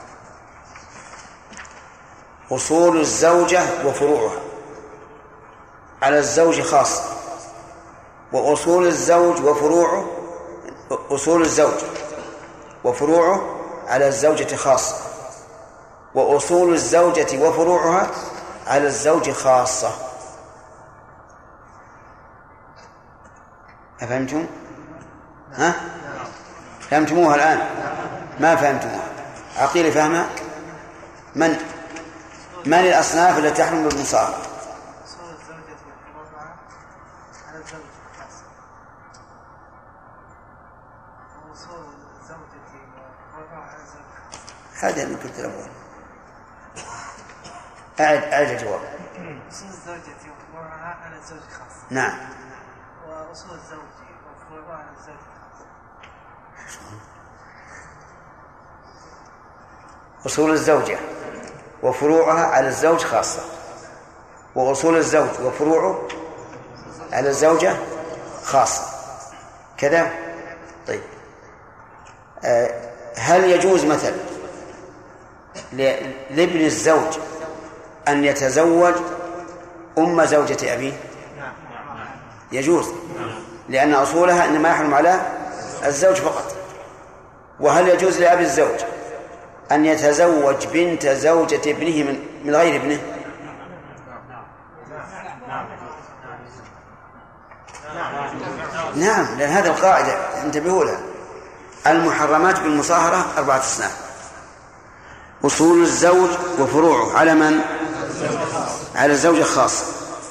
Speaker 1: أصول الزوجة وفروعها على الزوج خاصة، وأصول الزوج وفروعه أصول الزوج وفروعه على الزوجة خاصة، وأصول الزوجة وفروعها على الزوج خاصة. أفهمتم؟ ها؟ فهمتموها الآن؟ ما فهمتموها؟ عقيل فهمها؟ من الأصناف التي تحرم بالمصاهرة؟
Speaker 14: أصول الزوجة وفروعها على الزوج خاصة، وأصول الزوجة وفروعها على الزوج خاصة.
Speaker 1: هذا اللي كنت أقول. أعد الجواب.
Speaker 14: أصول الزوجة وفروعها على الزوج خاصة.
Speaker 1: نعم.
Speaker 14: وأصول الزوج وفروعها على الزوج خاصة.
Speaker 1: أصول الزوجة وفروعها على الزوج خاصة، وأصول الزوج وفروعه على الزوجة خاصة، كذا. طيب، هل يجوز مثلا لابن الزوج أن يتزوج أم زوجة أبيه؟ يجوز، لأن أصولها إنما يحرم على الزوج فقط. وهل يجوز لأبي الزوج أن يتزوج بنت زوجة ابنه من غير ابنه؟ نعم، لأن هذه القاعدة انتبهوا لها. المحرمات بالمصاهرة 4 أصناف: أصول الزوج وفروعه على من؟ على الزوجة خاصة،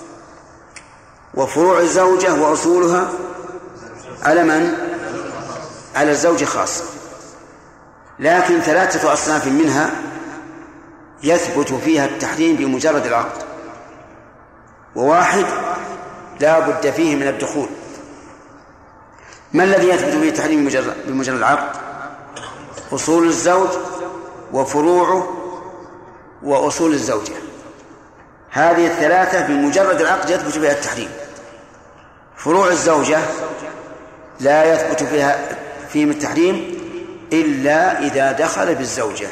Speaker 1: وفروع الزوجة وأصولها على من؟ على الزوج خاصة. لكن 3 أصناف منها يثبت فيها التحريم بمجرد العقد، وواحد لا بد فيه من الدخول. ما الذي يثبت فيه التحريم بمجرد العقد؟ أصول الزوج وفروعه وأصول الزوجة. هذه ال3 بمجرد العقد يثبت فيها التحريم. فروع الزوجة لا يثبت فيهم التحريم إلا إذا دخل بالزوجة.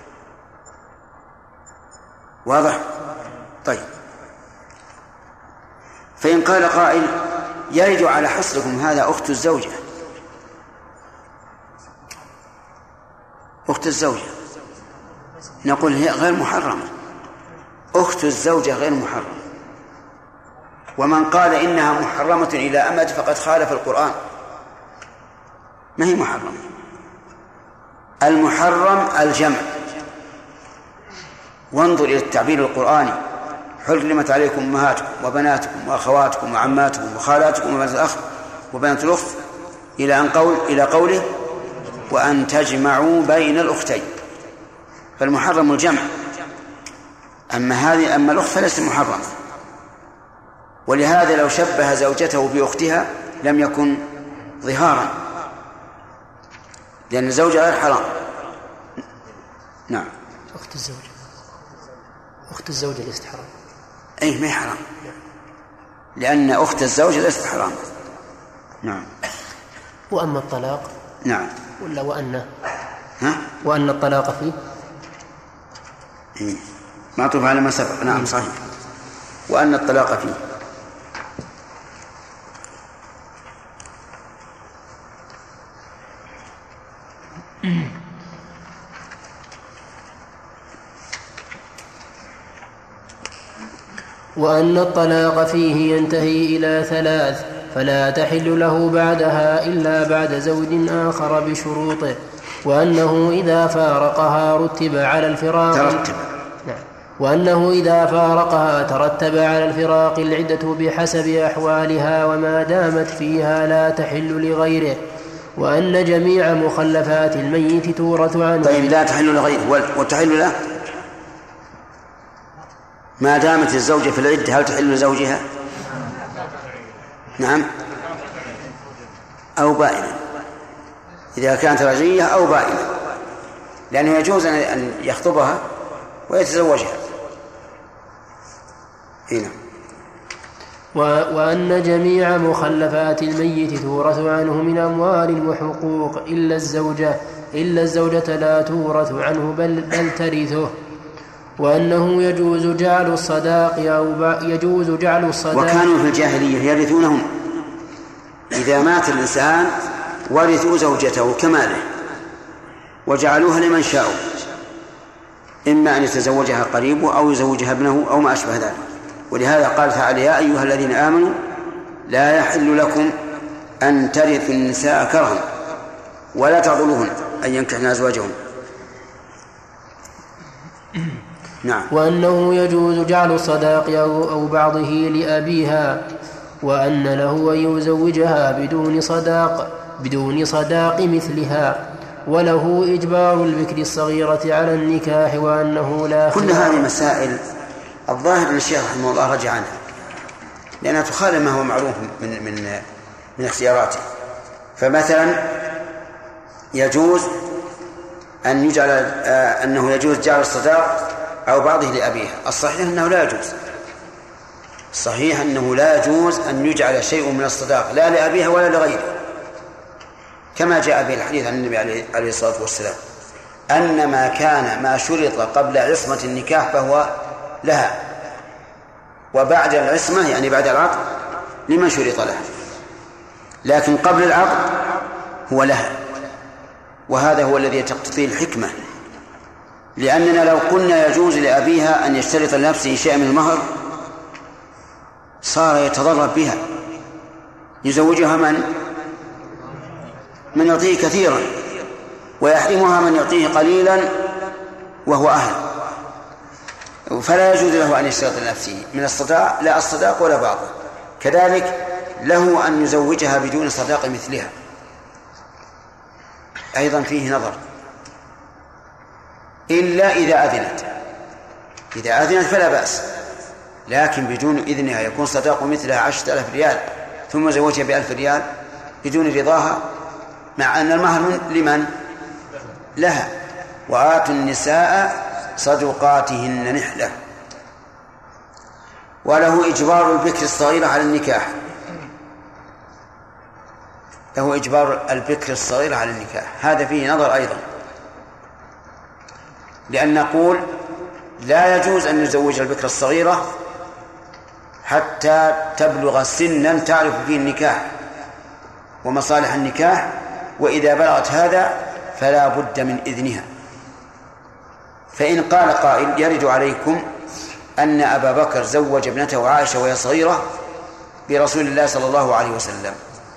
Speaker 1: واضح؟ طيب، فإن قال قائل: يرد على حصركم هذا أخت الزوجة. أخت الزوجة نقول هي غير محرمة، أخت الزوجة غير محرمة. ومن قال إنها محرمة إلى أمد فقد خالف القرآن، ما هي محرمة. المحرم الجمع. وانظر إلى التعبير القرآني: حرمت عليكم أمهاتكم وبناتكم وأخواتكم وعماتكم وخالاتكم وبنات الأخ وبنات الأخت إلى قوله: وأن تجمعوا بين الأختين. فالمحرم الجمع. أما الأخت فليست محرمة. ولهذا لو شبه زوجته بأختها لم يكن ظهارا، لأن الزوجة غير حرام. نعم.
Speaker 2: أخت الزوجة ليست حرام.
Speaker 1: أي ما هي حرام، لأن أخت الزوجة ليست حرام. نعم.
Speaker 2: وأما الطلاق؟
Speaker 1: نعم.
Speaker 2: ولا وأن الطلاق فيه؟
Speaker 1: معطوف على ما سبق. نعم صحيح. وأن الطلاق فيه.
Speaker 2: وأن الطلاق فيه ينتهي إلى 3، فلا تحل له بعدها إلا بعد زوج آخر بشروطه. وأنه إذا فارقها ترتب على الفراق العدة بحسب أحوالها، وما دامت فيها لا تحل لغيره. وأن جميع مخلفات الميت تورث عنه.
Speaker 1: طيب، لا تحل لغيره وتحل له ما دامت الزوجة في العدة. هل تحل لزوجها؟ نعم، أو بائنة، إذا كانت رجعية أو بائنة، لأنه يجوز أن يخطبها ويتزوجها. هنا
Speaker 2: وأن جميع مخلفات الميت تورث عنه من أموال وحقوق إلا الزوجة لا تورث عنه بل ترثه. وأنه يجوز جعل الصداق
Speaker 1: وكانوا في الجاهلية يرثونهم، إذا مات الإنسان ورثوا زوجته كماله وجعلوها لمن شاءوا، إما أن يتزوجها قريبه أو يزوجها ابنه أو ما أشبه ذلك. ولهذا قال تعالى: يا أيها الذين آمنوا لا يحل لكم أن ترثوا النساء كرها ولا تعضلوهن أن ينكحن أزواجهن. نعم.
Speaker 2: وأنه يجوز جعل الصداق أو بعضه لأبيها، وأن له أن يزوجها بدون صداق مثلها، وله إجبار البكر الصغيرة على النكاح، وأنه لا
Speaker 1: كل هذه مسائل الظاهر أن الشيخ رحمه الله رجع عنها لأنها تخالف ما هو معروف من اختياراته. فمثلا يجوز أن يجعل أنه يجوز جعل الصداق أو بعضه لأبيها. الصحيح أنه لا يجوز، الصحيح أنه لا يجوز أن يجعل شيء من الصداق لا لأبيها ولا لغيره، كما جاء به الحديث عن النبي عليه الصلاة والسلام أن ما كان ما شرط قبل عصمة النكاح فهو لها، وبعد العصمة يعني بعد العقد لمن شرط لها، لكن قبل العقد هو لها. وهذا هو الذي تقتضيه الحكمة، لأننا لو قلنا يجوز لأبيها أن يشترط لنفسه شيئا من المهر صار يتضرر بها، يزوجها من يعطيه كثيرا ويحرمها من يعطيه قليلا وهو أهل، فلا يجوز له أن يشترط لنفسه من الصداق لا الصداق ولا بعضه. كذلك له أن يزوجها بدون صداق مثلها، أيضا فيه نظر، إلا إذا أذنت فلا بأس، لكن بدون إذنها يكون صداق مثلها 10,000 ريال ثم زوجها ب1,000 ريال بدون رضاها، مع أن المهر لمن؟ لها. وآتوا النساء صدقاتهن نحلة. وله إجبار البكر الصغيرة على النكاح، له إجبار البكر الصغيرة على النكاح، هذا فيه نظر أيضا، لأن نقول لا يجوز أن يزوج البكر الصغيرة حتى تبلغ سنا تعرف فيه النكاح ومصالح النكاح، وإذا بلغت هذا فلا بد من إذنها. فإن قال قائل: يرد عليكم أن أبا بكر زوج ابنته عائشة وهي صغيرة برسول الله صلى الله عليه وسلم،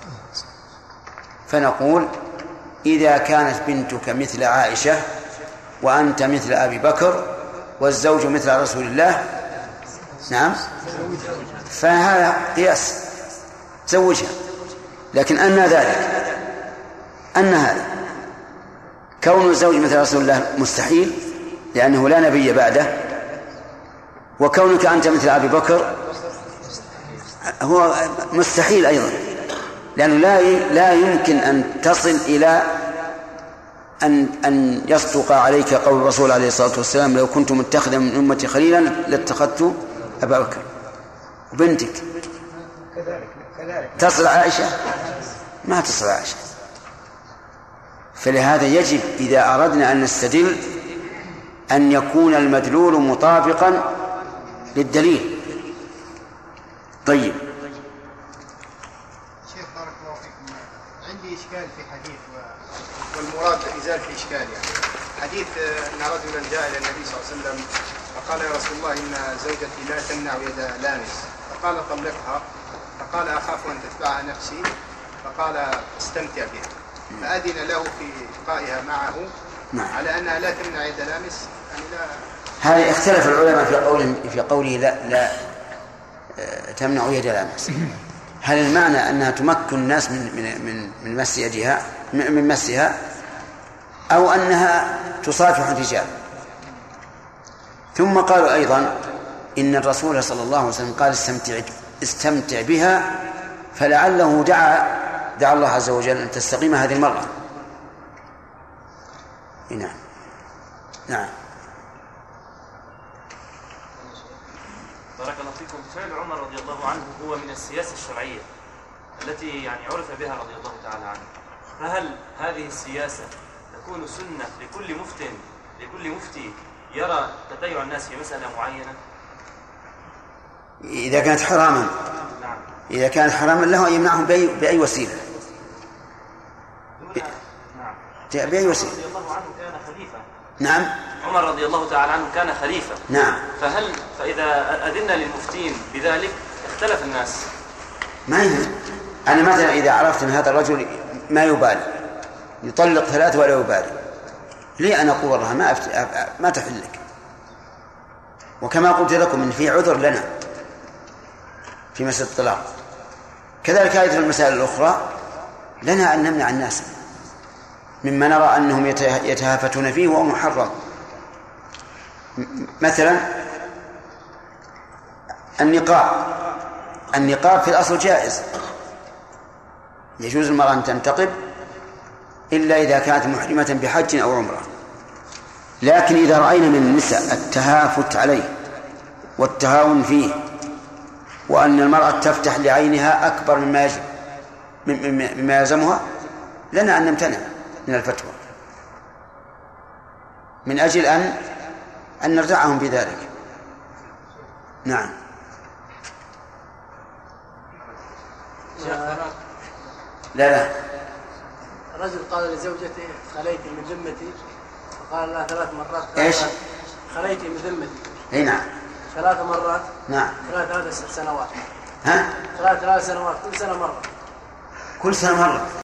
Speaker 1: فنقول: إذا كانت بنتك مثل عائشة وأنت مثل أبي بكر والزوج مثل رسول الله، نعم، فهذا قياس، زوجها. لكن أن هذا كون الزوج مثل رسول الله مستحيل، لأنه لا نبي بعده، وكونك أنت مثل أبي بكر هو مستحيل أيضا، لأنه لا يمكن أن تصل إلى أن يصدق عليك قول الرسول عليه الصلاة والسلام: لو كنت متخذا من أمتي خليلا لاتخذت أبا بكر. وبنتك تصل عائشة؟ ما تصل عائشة. فلهذا يجب إذا أردنا أن نستدل أن يكون المدلول مطابقا للدليل. طيب،
Speaker 9: شيخ بارك الله فيكم، عندي إشكال في حديث والمراد إزالة الإشكال. يعني حديث أن رجلا جاء إلى النبي صلى الله عليه وسلم فقال: يا رسول الله إن زوجتي لا تمنع يد لامس، فقال: طلقها. فقال: أخاف أن تتبعها نفسي. فقال: استمتع بها. فأذن له في إبقائها معه على أنها لا تمنع يد لامس. يعني لا،
Speaker 1: هذا اختلف العلماء في قوله لا تمنع يد لامس. هل المعنى أنها تمكن الناس من مس يدها من مسها، أو أنها تصافح الرجال؟ ثم قالوا أيضا إن الرسول صلى الله عليه وسلم قال: استمتع بها، فلعله دعا الله عز وجل أن تستقيم هذه المرأة. نعم.
Speaker 15: بارك الله فيكم. فعل عمر رضي الله عنه هو من السياسة الشرعية التي يعني عرف بها رضي الله تعالى عنه، فهل هذه السياسة تكون سنة لكل مفتي يرى تتبع الناس في مسألة معينة؟
Speaker 1: إذا كانت حراما.
Speaker 15: نعم.
Speaker 1: إذا كانت حراما له أن يمنعهم بأي وسيلة.
Speaker 15: نعم.
Speaker 1: بأي وسيلة.
Speaker 15: رضي الله عنه كان خليفة.
Speaker 1: نعم.
Speaker 15: عمر رضي الله تعالى عنه كان خليفة.
Speaker 1: نعم.
Speaker 15: فإذا أذن للمفتين بذلك اختلف الناس.
Speaker 1: ما يهم. أنا مثلا إذا عرفت أن هذا الرجل ما يبالي يطلق 3 ولا يبالي، لي أنا أقول والله ما تحلك. وكما قلت لكم إن في عذر لنا في مسألة الطلاق، كذلك أيضا المسائل الأخرى لنا أن نمنع الناس مما نرى أنهم يتهافتون فيه وهو محرم. مثلا النقاب في الأصل جائز، يجوز المرأة أن تنتقب إلا إذا كانت محرمة بحج أو عمرة. لكن إذا رأينا من النساء التهافت عليه والتهاون فيه وأن المرأة تفتح لعينها أكبر مما يجب مما يلزمها، لنا أن نمتنع من الفتوى من أجل أن نردعهم بذلك. نعم. لا
Speaker 13: رجل قال لزوجته خليتي من ذمتي، فقال لها 3 مرات
Speaker 1: ايش؟
Speaker 13: خليتي من ذمتي.
Speaker 1: اي نعم.
Speaker 13: 3 مرات.
Speaker 1: نعم.
Speaker 13: 3 سنوات.
Speaker 1: ها؟
Speaker 13: 3 سنوات، كل سنة مرة.
Speaker 1: كل سنة مرة.